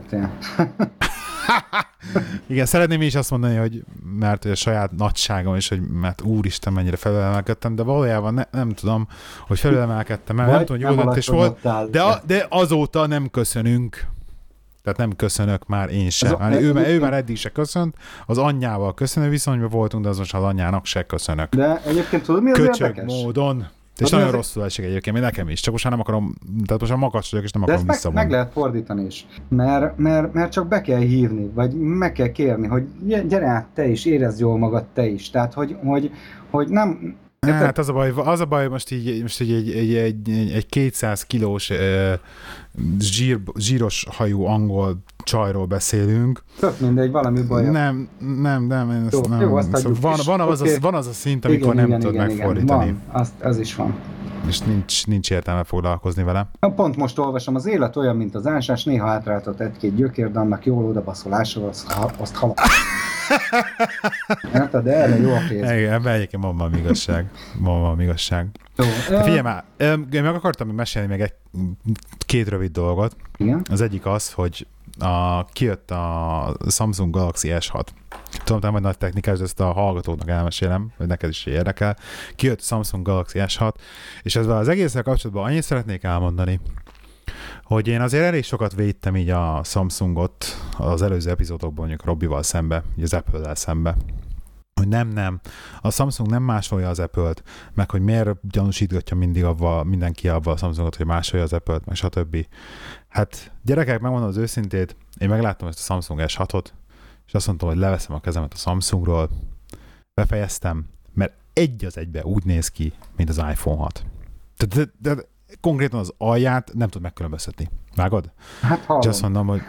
S1: Igen, szeretném is azt mondani, hogy mert hogy a saját nagyságom, és hogy mert úristen, mennyire felülemelkedtem, de valójában ne, nem tudom, hogy felülemelkedtem, mert nem tudom, hogy jó döntés volt, de, a, de azóta nem köszönünk. Tehát nem köszönök már én sem. Hát ő, ő már eddig se köszönt, az anyjával köszönő viszonyban voltunk, de az most az anyjának se köszönök.
S2: De egyébként tudod, mi az
S1: Köcsög
S2: érdekes?
S1: módon. És nagyon az rosszul esik egyébként, még nekem is. Csak most már nem akarom, tehát most már makacs vagyok, és nem
S2: de
S1: akarom visszavonni.
S2: Meg, meg lehet fordítani is. Mert, mert, mert csak be kell hívni, vagy meg kell kérni, hogy gyere át te is, érezd jól magad te is. Tehát, hogy, hogy, hogy nem...
S1: Hát az a baj, az a baj most így, most így egy, egy, egy, egy kétszáz kilós uh, zsír, zsíros hajú angol csajról beszélünk.
S2: Tök mindegy, valami baj.
S1: Nem, nem, nem. Én
S2: jó,
S1: ezt nem.
S2: Jó, azt
S1: szóval van, van, az okay. a, van az a szint, amikor igen, nem igen, tudod igen, megfordítani.
S2: Igen, van, azt, az is van.
S1: És nincs, nincs értelme foglalkozni vele.
S2: Pont most olvasom, az élet olyan, mint az ásás, néha átráltott egy-két gyökér, de annak jól odabaszolásával azt, azt halad. Hát, de erre jó a pénz.
S1: Ebben egyébként van valami igazság. Van valami igazság. Jó, figyelj már, én meg akartam mesélni még egy két rövid dolgot.
S2: Igen?
S1: Az egyik az, hogy a, kijött a Samsung Galaxy es hat. Tudom, te majd nagy technikás, de ezt a hallgatóknak elmesélem, hogy neked is érdekel. Kijött a Samsung Galaxy es hat, és ezzel az egésszel kapcsolatban annyit szeretnék elmondani, hogy én azért elég sokat védtem így a Samsungot az előző epizódokban, mondjuk Robival szembe, így az Apple-lel szembe, hogy nem, nem, a Samsung nem másolja az Apple-t, meg hogy miért gyanúsítgatja mindig avval, mindenki avval a Samsungot, hogy másolja az Apple-t, meg stb. Hát gyerekek, megmondom az őszintét, én megláttam ezt a Samsung es hatot, és azt mondtam, hogy leveszem a kezemet a Samsungról, befejeztem, mert egy az egybe úgy néz ki, mint az iPhone hat. Tehát de, de, konkrétan az alját nem tud megkülönböztetni. Vágod?
S2: Hát hallom.
S1: És azt mondom, hogy...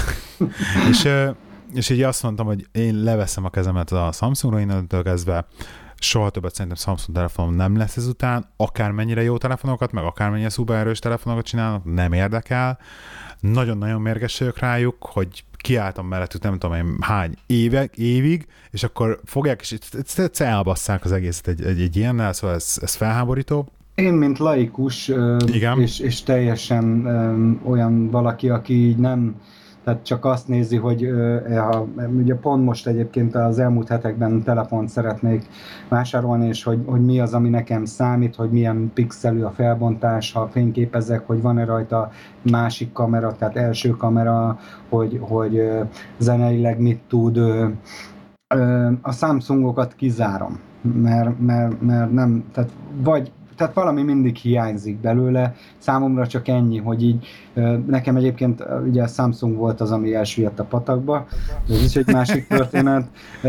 S1: és, és így azt mondtam, hogy én leveszem a kezemet a Samsungról innentől kezdve, soha többet szerintem Samsung telefonom nem lesz ezután, akármennyire jó telefonokat, meg akármennyire szupererős telefonokat csinálnak, nem érdekel. Nagyon-nagyon mérges vagyok rájuk, hogy kiálltam mellettük nem tudom én hány évek, évig, és akkor fogják, és egyszer elbasszák az egészet egy, egy, egy ilyennel, szóval ez, ez felháborító.
S2: Én, mint laikus, és, és teljesen um, olyan valaki, aki így nem, tehát csak azt nézi, hogy uh, ugye pont most egyébként az elmúlt hetekben telefont szeretnék vásárolni, és hogy, hogy mi az, ami nekem számít, hogy milyen pixelű a felbontás, ha fényképezek, hogy van-e rajta másik kamera, tehát első kamera, hogy, hogy uh, zeneileg mit tud. Uh, uh, a Samsungokat kizárom, mert, mert, mert nem, tehát vagy Tehát valami mindig hiányzik belőle. Számomra csak ennyi, hogy így nekem egyébként ugye a Samsung volt az, ami elsüllyedt a patakba, ez is egy másik történet.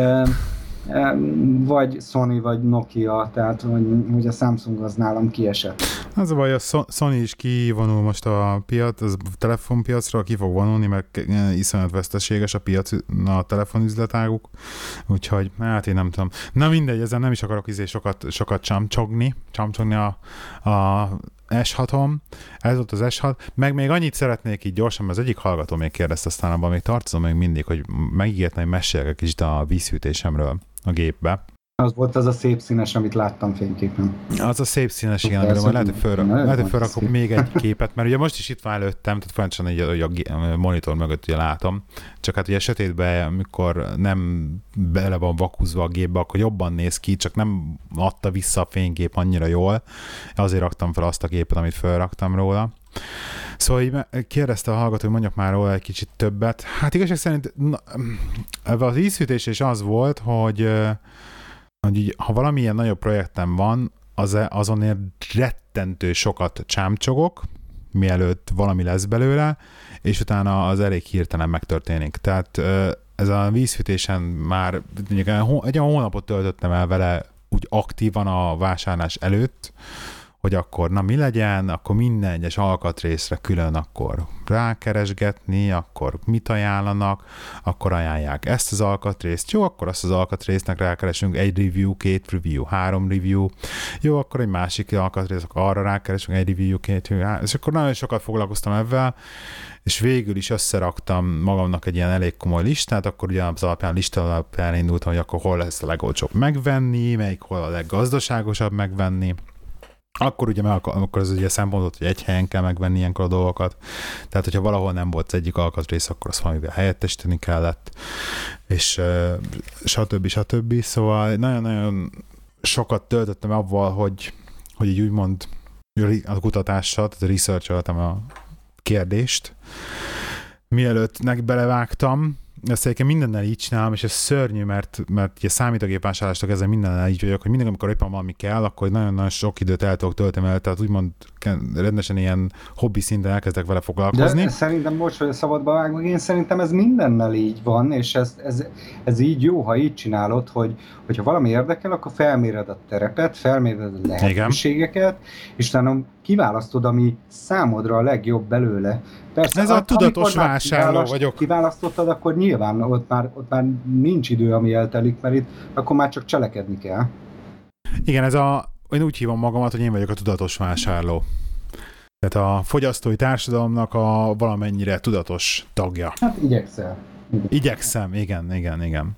S2: Vagy Sony, vagy Nokia, tehát hogy, hogy a Samsung az nálam kiesett.
S1: Az a baj, a Sony is kivonul most a piac, az a telefonpiacra ki fog vonulni, mert iszonyat veszteséges a piac, a telefonüzletáguk, úgyhogy hát én nem tudom. Na mindegy, ezen nem is akarok izé sokat, sokat csamcsogni, csamcsogni a, a es hatom, ez volt az es hat, meg még annyit szeretnék így gyorsan, mert az egyik hallgató még kérdezte, aztán abban még tartozom még mindig, hogy megígértem, hogy mesélek egy kicsit a vízhűtésemről a gépbe.
S2: Az volt az a szép színes, amit láttam fényképen.
S1: Az a szép színes, igen, amiről majd lehet, hogy, fölra, lehet, hogy felrakok még egy képet, mert ugye most is itt van előttem, tehát folyamatosan így a monitor mögött ugye látom, csak hát ugye sötétben, amikor nem bele van vakuzva a gépbe, akkor jobban néz ki, csak nem adta vissza a fénykép annyira jól, azért raktam fel azt a képet, amit felraktam róla. Szóval így kérdezte a hallgató, hogy mondjak már róla egy kicsit többet. Hát igazság szerint na, az vízhűtés is az volt, hogy hogy így, ha valamilyen nagyobb projektem van, az, azonért rettentő sokat csámcsogok, mielőtt valami lesz belőle, és utána az elég hirtelen megtörténik. Tehát ez a vízfűtésen már egy olyan hónapot töltöttem el vele úgy aktívan a vásárlás előtt, hogy akkor na mi legyen, akkor minden egyes alkatrészre külön akkor rákeresgetni, akkor mit ajánlanak, akkor ajánlják ezt az alkatrészt, jó, akkor azt az alkatrésznek rákeresünk egy review, két review, három review, jó, akkor egy másik alkatrész, akkor arra rákeresünk egy review, két review, és akkor nagyon sokat foglalkoztam ebben, és végül is összeraktam magamnak egy ilyen elég komoly listát, akkor ugye az alapján lista alapján indultam, hogy akkor hol lesz a legolcsóbb megvenni, melyik hol a leggazdaságosabb megvenni. Akkor ugye meg, akkor az ugye szempontot, hogy egy helyen kell megvenni ilyenkor a dolgokat. Tehát, hogyha valahol nem volt az egyik alkatrész, akkor azt valamivel helyettesíteni kellett, és uh, stb. stb. Szóval nagyon-nagyon sokat töltöttem avval, hogy, hogy így úgymond a kutatással, tehát a research-oltam a kérdést, mielőtt nek belevágtam. Ezt egyébként mindennel így csinálom, és ez szörnyű, mert, mert ugye számítógépvásárlástól ezzel mindennel így vagyok, hogy mindig, amikor éppen valami kell, akkor nagyon-nagyon sok időt el tudok tölteni el, tehát úgymond rendesen ilyen hobbi szinten elkezdek vele foglalkozni.
S2: De szerintem, most, hogy a szabadba vágok, én szerintem ez mindennel így van, és ez, ez, ez így jó, ha így csinálod, hogy hogyha valami érdekel, akkor felméred a terepet, felméred a lehetőségeket, és utána kiválasztod, ami számodra a legjobb belőle. Persze,
S1: ez a tudatos vásárló vagyok.
S2: Kiválasztottad, akkor nyilván ott már, ott már nincs idő, ami eltelik, mert itt akkor már csak cselekedni kell.
S1: Igen, ez a, én úgy hívom magamat, hogy én vagyok a tudatos vásárló. Tehát a fogyasztói társadalomnak a valamennyire tudatos tagja.
S2: Hát igyekszel.
S1: Igyekszem, igen, igen, igen.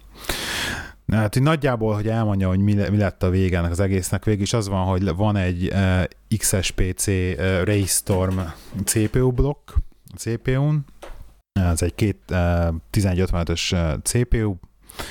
S1: Hát nagyjából, hogy elmondja, hogy mi, mi lett a vége ennek az egésznek, végül is az van, hogy van egy uh, iksz es pé cé uh, Raystorm cé pé u blokk a cé pé u-n, ez egy két uh, tizenegyötvenötös uh, cé pé u,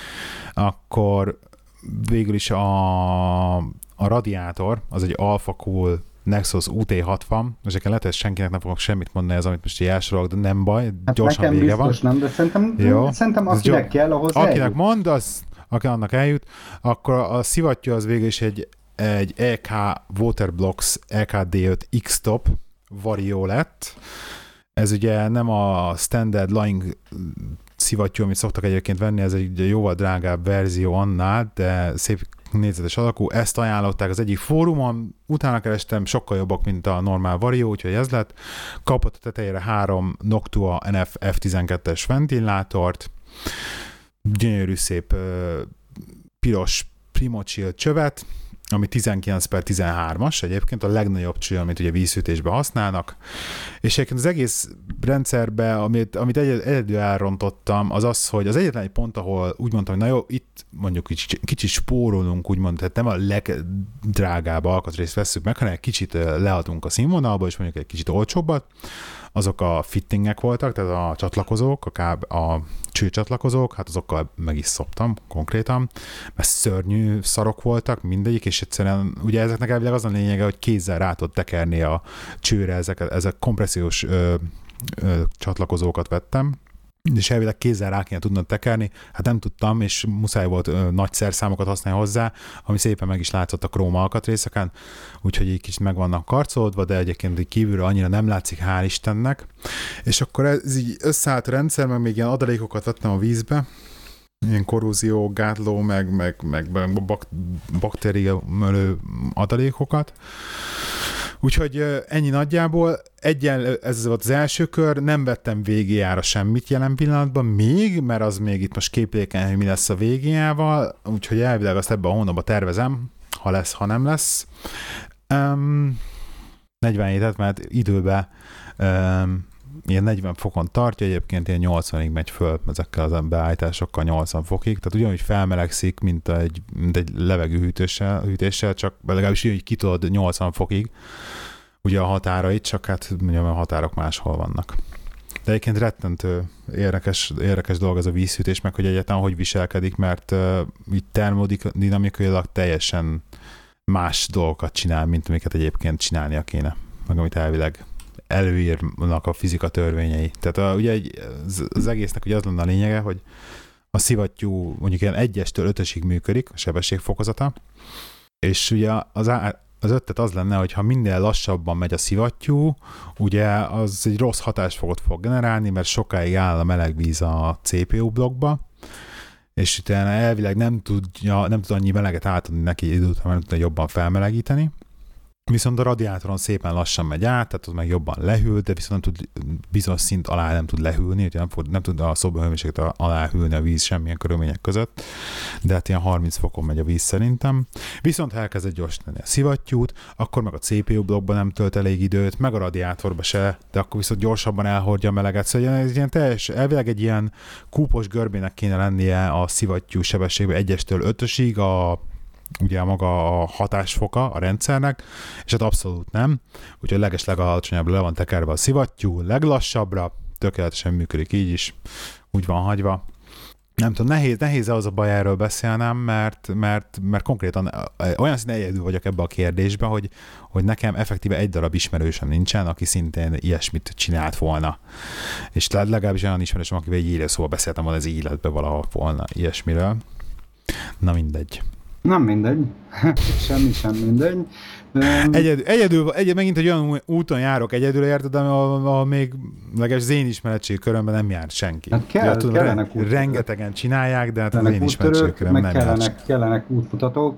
S1: akkor végül is a, a radiátor, az egy AlphaCool Nexus u té hatvan, és egyébként lehet, hogy senkinek nem fogok semmit mondani, ez amit most így elsorolok, de nem baj,
S2: hát
S1: gyorsan vége
S2: biztos
S1: van.
S2: Nem, de szerintem, Jó. szerintem akinek gyor... kell, ahhoz
S1: Akinek
S2: eljut.
S1: mond, az, aki annak eljut, akkor a szivattyú az végül is egy, egy é ká Waterblocks é ká dé öt X-Top Vario lett. Ez ugye nem a standard line szivattyú, amit szoktak egyébként venni, ez egy jóval drágább verzió annál, de szép négyzetes alakú. Ezt ajánlották az egyik fórumon, utána kerestem, sokkal jobbak, mint a normál Vario, úgyhogy ez lett. Kapott a tetejére három Noctua en ef ef tizenkettes ventilátort, gyönyörű szép piros Primochill csövet, ami tizenkilenc per tizenhármas, egyébként a legnagyobb cső, amit ugye vízhűtésben használnak, és egyébként az egész rendszerben, amit, amit egyedül elrontottam, az az, hogy az egyetlen egy pont, ahol úgy mondtam, hogy na jó, itt mondjuk kicsit, kicsit spórolunk, úgymond, tehát nem a legdrágább alkatrészt vesszük meg, hanem egy kicsit leadunk a színvonalba, és mondjuk egy kicsit olcsóbbat, azok a fittingek voltak, tehát a csatlakozók, a, káb, a csőcsatlakozók, hát azokkal meg is szoptam konkrétan, mert szörnyű szarok voltak mindegyik, és egyszerűen ugye ezeknek elvileg az a lényege, hogy kézzel rá tud tekerni a csőre, ezeket, ezek kompressziós ö, ö, csatlakozókat vettem, és elvileg kézzel rá kéne tudnod tekerni, hát nem tudtam, és muszáj volt ö, nagy szerszámokat használni hozzá, ami szépen meg is látszott a króm alkatrészeken, úgyhogy így kicsit meg vannak karcolódva, de egyébként így kívülről annyira nem látszik, hál' Istennek. És akkor ez így összeállt a rendszer, meg még ilyen adalékokat vettem a vízbe, ilyen korrózió, gátló, meg, meg, meg bak, baktériumölő adalékokat. Úgyhogy ennyi nagyjából, egyen, ez volt az első kör, nem vettem végéjára semmit jelen pillanatban még, mert az még itt most képlékeny, hogy mi lesz a végéjával, úgyhogy elvileg azt ebben a hónapban tervezem, ha lesz, ha nem lesz. Um, negyvenhétet, mert időben um, ilyen negyven fokon tartja, egyébként ilyen nyolcvanig megy föl ezekkel az beállításokkal nyolcvan fokig, tehát ugyanúgy felmelegszik, mint egy, mint egy levegőhűtéssel, hűtéssel, csak legalábbis így ki tudod nyolcvan fokig, ugye a határait, csak hát mondjam, a határok máshol vannak. De egyébként rettentő érdekes, érdekes dolog ez a vízhűtés, meg hogy egyáltalán hogy viselkedik, mert uh, így termodinamikailag teljesen más dolgokat csinál, mint amiket egyébként csinálnia kéne, meg amit elvileg előírnak a fizika törvényei. Tehát a, ugye egy, az, az egésznek ugye az lenne a lényege, hogy a szivattyú mondjuk ilyen egyestől ötösig működik, a sebességfokozata, és ugye az á, az ötlet az lenne, hogy ha minél lassabban megy a szivattyú, ugye az egy rossz hatásfogot fog generálni, mert sokáig áll a meleg víz a cé pé u blokkba, és utána elvileg nem tudja, nem tud annyi meleget átadni neki egy idő után, nem tudja jobban felmelegíteni. Viszont a radiátoron szépen lassan megy át, tehát ott meg jobban lehűl, de viszont nem tud bizonyos szint alá nem tud lehűlni, nem, fog, nem tud a szobahőmérsékletet alá hűlni a víz semmilyen körülmények között, de hát ilyen harminc fokon megy a víz szerintem. Viszont ha elkezdett gyorsítani a szivattyút, akkor meg a cé pé u blokkban nem tölt elég időt, meg a radiátorba se, de akkor viszont gyorsabban elhordja a meleget. Szóval ez ilyen teljes, elvileg egy ilyen kúpos görbének kéne lennie a szivattyú sebességben egyestől ötösig, a ugye a maga a hatásfoka a rendszernek, és hát abszolút nem. Úgyhogy leges legalacsonyabbra le van tekerve a szivattyú, leglassabbra, tökéletesen működik így is, úgy van hagyva. Nem tudom, nehéz, nehéz az a baj, erről beszélnem, mert, mert, mert konkrétan olyan szinte egyedül vagyok ebbe a kérdésbe, hogy, hogy nekem effektíve egy darab ismerősöm nincsen, aki szintén ilyesmit csinált volna. És legalábbis olyan ismerősöm, akivel egy élő szóval beszéltem volna az életbe valahol volna ilyesmiről. Na mindegy.
S2: Nem mindegy. Semmi sem mindegy.
S1: Egyedül, egyedül, egyedül, megint egy olyan úton járok egyedül, érted, ahol még legalábbis az én ismeretség körömben nem jár senki.
S2: Hát kell,
S1: tudom,
S2: kellenek
S1: re, rengetegen csinálják, de hát az én ismeretség körömben nem
S2: kellenek,
S1: jár
S2: kellenek útmutatók.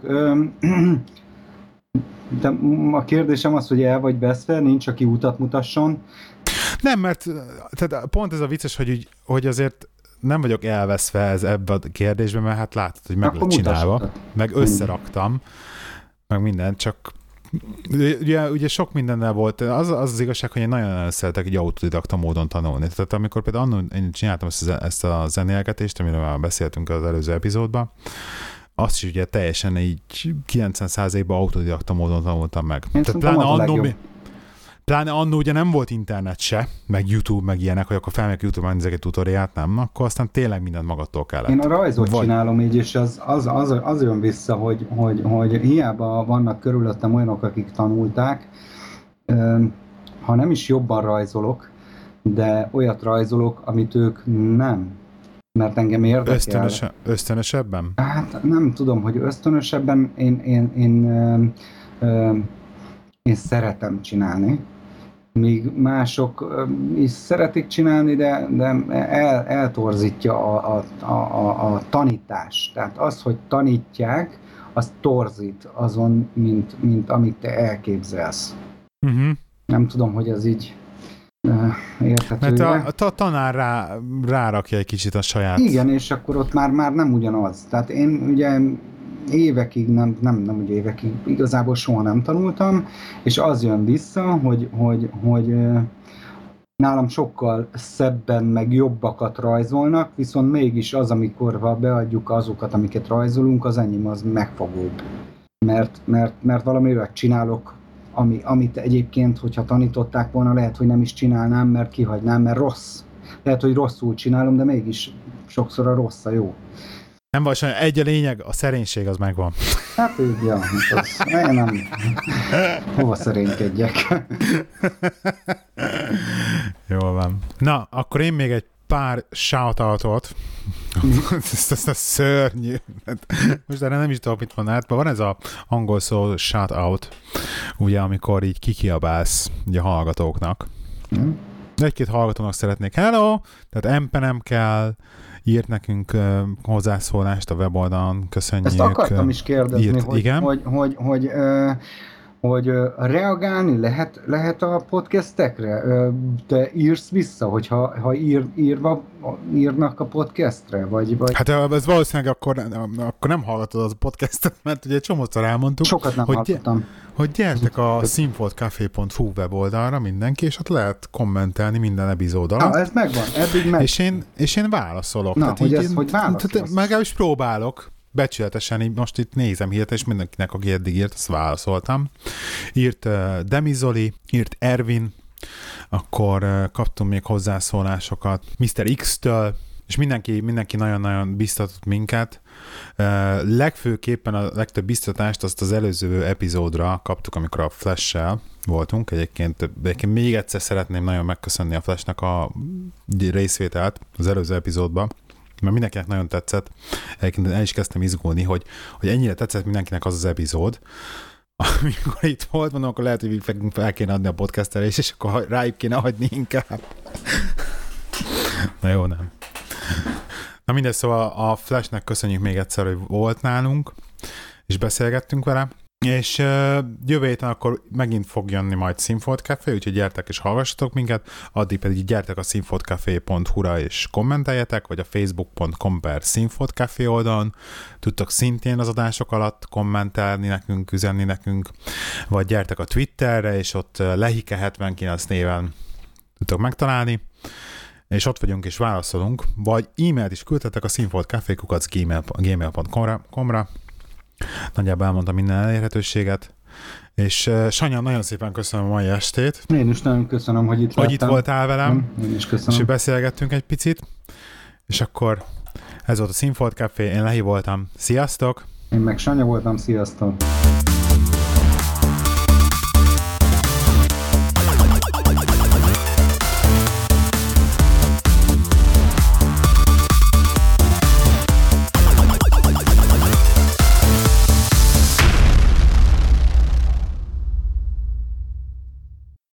S2: De a kérdésem az, hogy el vagy veszve, nincs, aki utat mutasson.
S1: Nem, mert tehát pont ez a vicces, hogy, hogy azért nem vagyok elveszve ez ebbe a kérdésben, mert hát látod, hogy meg lett csinálva, meg összeraktam, meg minden, csak ugye, ugye sok mindennel volt, az, az az igazság, hogy én nagyon-nagyon szeretek egy autodidakta módon tanulni. Tehát amikor például annól én csináltam ezt, ezt a zenélgetést, amiről már beszéltünk az előző epizódban, azt is ugye teljesen így kilencven százalékban autodidakta módon tanultam meg.
S2: Én
S1: Tehát pláne annó, mi, pláne annó ugye nem volt internet se, meg YouTube, meg ilyenek, hogy akkor felmegyek YouTube-ban nézek egy tutoriát, nem, akkor aztán tényleg mindent magadtól kellett.
S2: Én a rajzot
S1: Vagy...
S2: csinálom így, és az, az, az, az jön vissza, hogy, hogy, hogy hiába vannak körülöttem olyanok, akik tanulták, ha nem is jobban rajzolok, de olyat rajzolok, amit ők nem. Mert engem érdekel.
S1: Ösztönöse, ösztönösebben?
S2: Hát nem tudom, hogy ösztönösebben én, én, én, én, én, én szeretem csinálni. Míg mások is szeretik csinálni, de, de el, eltorzítja a, a, a, a, a tanítás. Tehát az, hogy tanítják, az torzít azon, mint, mint amit te elképzelsz. Uh-huh. Nem tudom, hogy ez így uh, érthető.
S1: Mert a, a tanár rá, rárakja egy kicsit a saját...
S2: Igen, és akkor ott már, már nem ugyanaz. Tehát én ugye évekig, nem, nem, nem ugye évekig, igazából soha nem tanultam, és az jön vissza, hogy, hogy, hogy nálam sokkal szebben, meg jobbakat rajzolnak, viszont mégis az, amikor beadjuk azokat, amiket rajzolunk, az enyém az megfogóbb. Mert, mert, mert valami olyat csinálok, ami, amit egyébként, hogyha tanították volna, lehet, hogy nem is csinálnám, mert kihagynám, mert rossz. Lehet, hogy rosszul csinálom, de mégis sokszor a rossz a jó.
S1: Nem vagy sajnos, egy a lényeg, a szerénység az megvan.
S2: Hát így, ja, az, én nem. Hova szerénykedjek?
S1: Jól van. Na, akkor én még egy pár shoutoutot. ezt, ezt a szörnyű. Most erre nem is tudok mit mondani. Hát van ez a angol szó shoutout, ugye, amikor így kikiabálsz ugye, a hallgatóknak. Hmm. Egy-két hallgatónak szeretnék hello, tehát empe nem kell, írt nekünk uh, hozzászólást a weboldalon, köszönjük.
S2: Ezt akartam is kérdezni,
S1: írt,
S2: hogy,
S1: igen?
S2: hogy, hogy, hogy, uh, hogy uh, reagálni lehet, lehet a podcastekre? Uh, te írsz vissza, hogyha ha ír, írva, írnak a podcastre? Vagy, vagy...
S1: Hát ez valószínűleg akkor, akkor nem hallgatod az a podcastet, mert ugye egy csomószor elmondtuk,
S2: sokat nem
S1: hogy,
S2: hallottam.
S1: hogy gyertek a színfoltcafé pont hu weboldalra mindenki, és ott lehet kommentelni minden epizód alatt.
S2: Na, ez megvan, eddig meg.
S1: És én, és én válaszolok.
S2: Na,
S1: tehát
S2: hogy
S1: így,
S2: ez,
S1: én,
S2: hogy válaszolsz?
S1: Legalábbis próbálok. Becsületesen, így most itt nézem hírt, és mindenkinek, aki eddig írt, azt válaszoltam. Írt uh, Demizoli, írt Ervin, akkor uh, kaptunk még hozzászólásokat miszter X-től, és mindenki, mindenki nagyon-nagyon biztatott minket. Uh, legfőképpen a legtöbb biztatást azt az előző epizódra kaptuk, amikor a Flash-sel voltunk. Egyébként, egyébként még egyszer szeretném nagyon megköszönni a Flash-nek a részvételt az előző epizódban, mert mindenkinek nagyon tetszett. Egyébként el is kezdtem izgulni, hogy, hogy ennyire tetszett mindenkinek az az epizód, amikor itt volt, mondom, akkor lehet, hogy fel kéne adni a podcastelést, és akkor rájuk kéne hagyni inkább. Na jó, nem. Na mindegy, szóval a Flashnek köszönjük még egyszer, hogy volt nálunk, és beszélgettünk vele, és uh, jövő héten akkor megint fog jönni majd Színfolt Café, úgyhogy gyertek és hallgassatok minket, addig pedig gyertek a színfoltcafé pont hu-ra és kommenteljetek, vagy a facebook pont com per Színfolt Café oldalon tudtok szintén az adások alatt kommentelni nekünk, üzenni nekünk, vagy gyertek a Twitterre, és ott Lehike hetvenkilenc néven tudtok megtalálni, és ott vagyunk és válaszolunk, vagy e-mailt is küldhetek a színfoltcafé kukac gmail pont com-ra. Nagyjából elmondtam minden elérhetőséget, és uh, Sanya, nagyon szépen köszönöm a mai estét.
S2: Én is nagyon köszönöm, hogy itt
S1: Hogy itt voltál velem,
S2: én is köszönöm.
S1: És beszélgettünk egy picit, és akkor ez volt a Színfolt Café, én Lehi voltam. Sziasztok!
S2: Én meg Sanya voltam, sziasztok!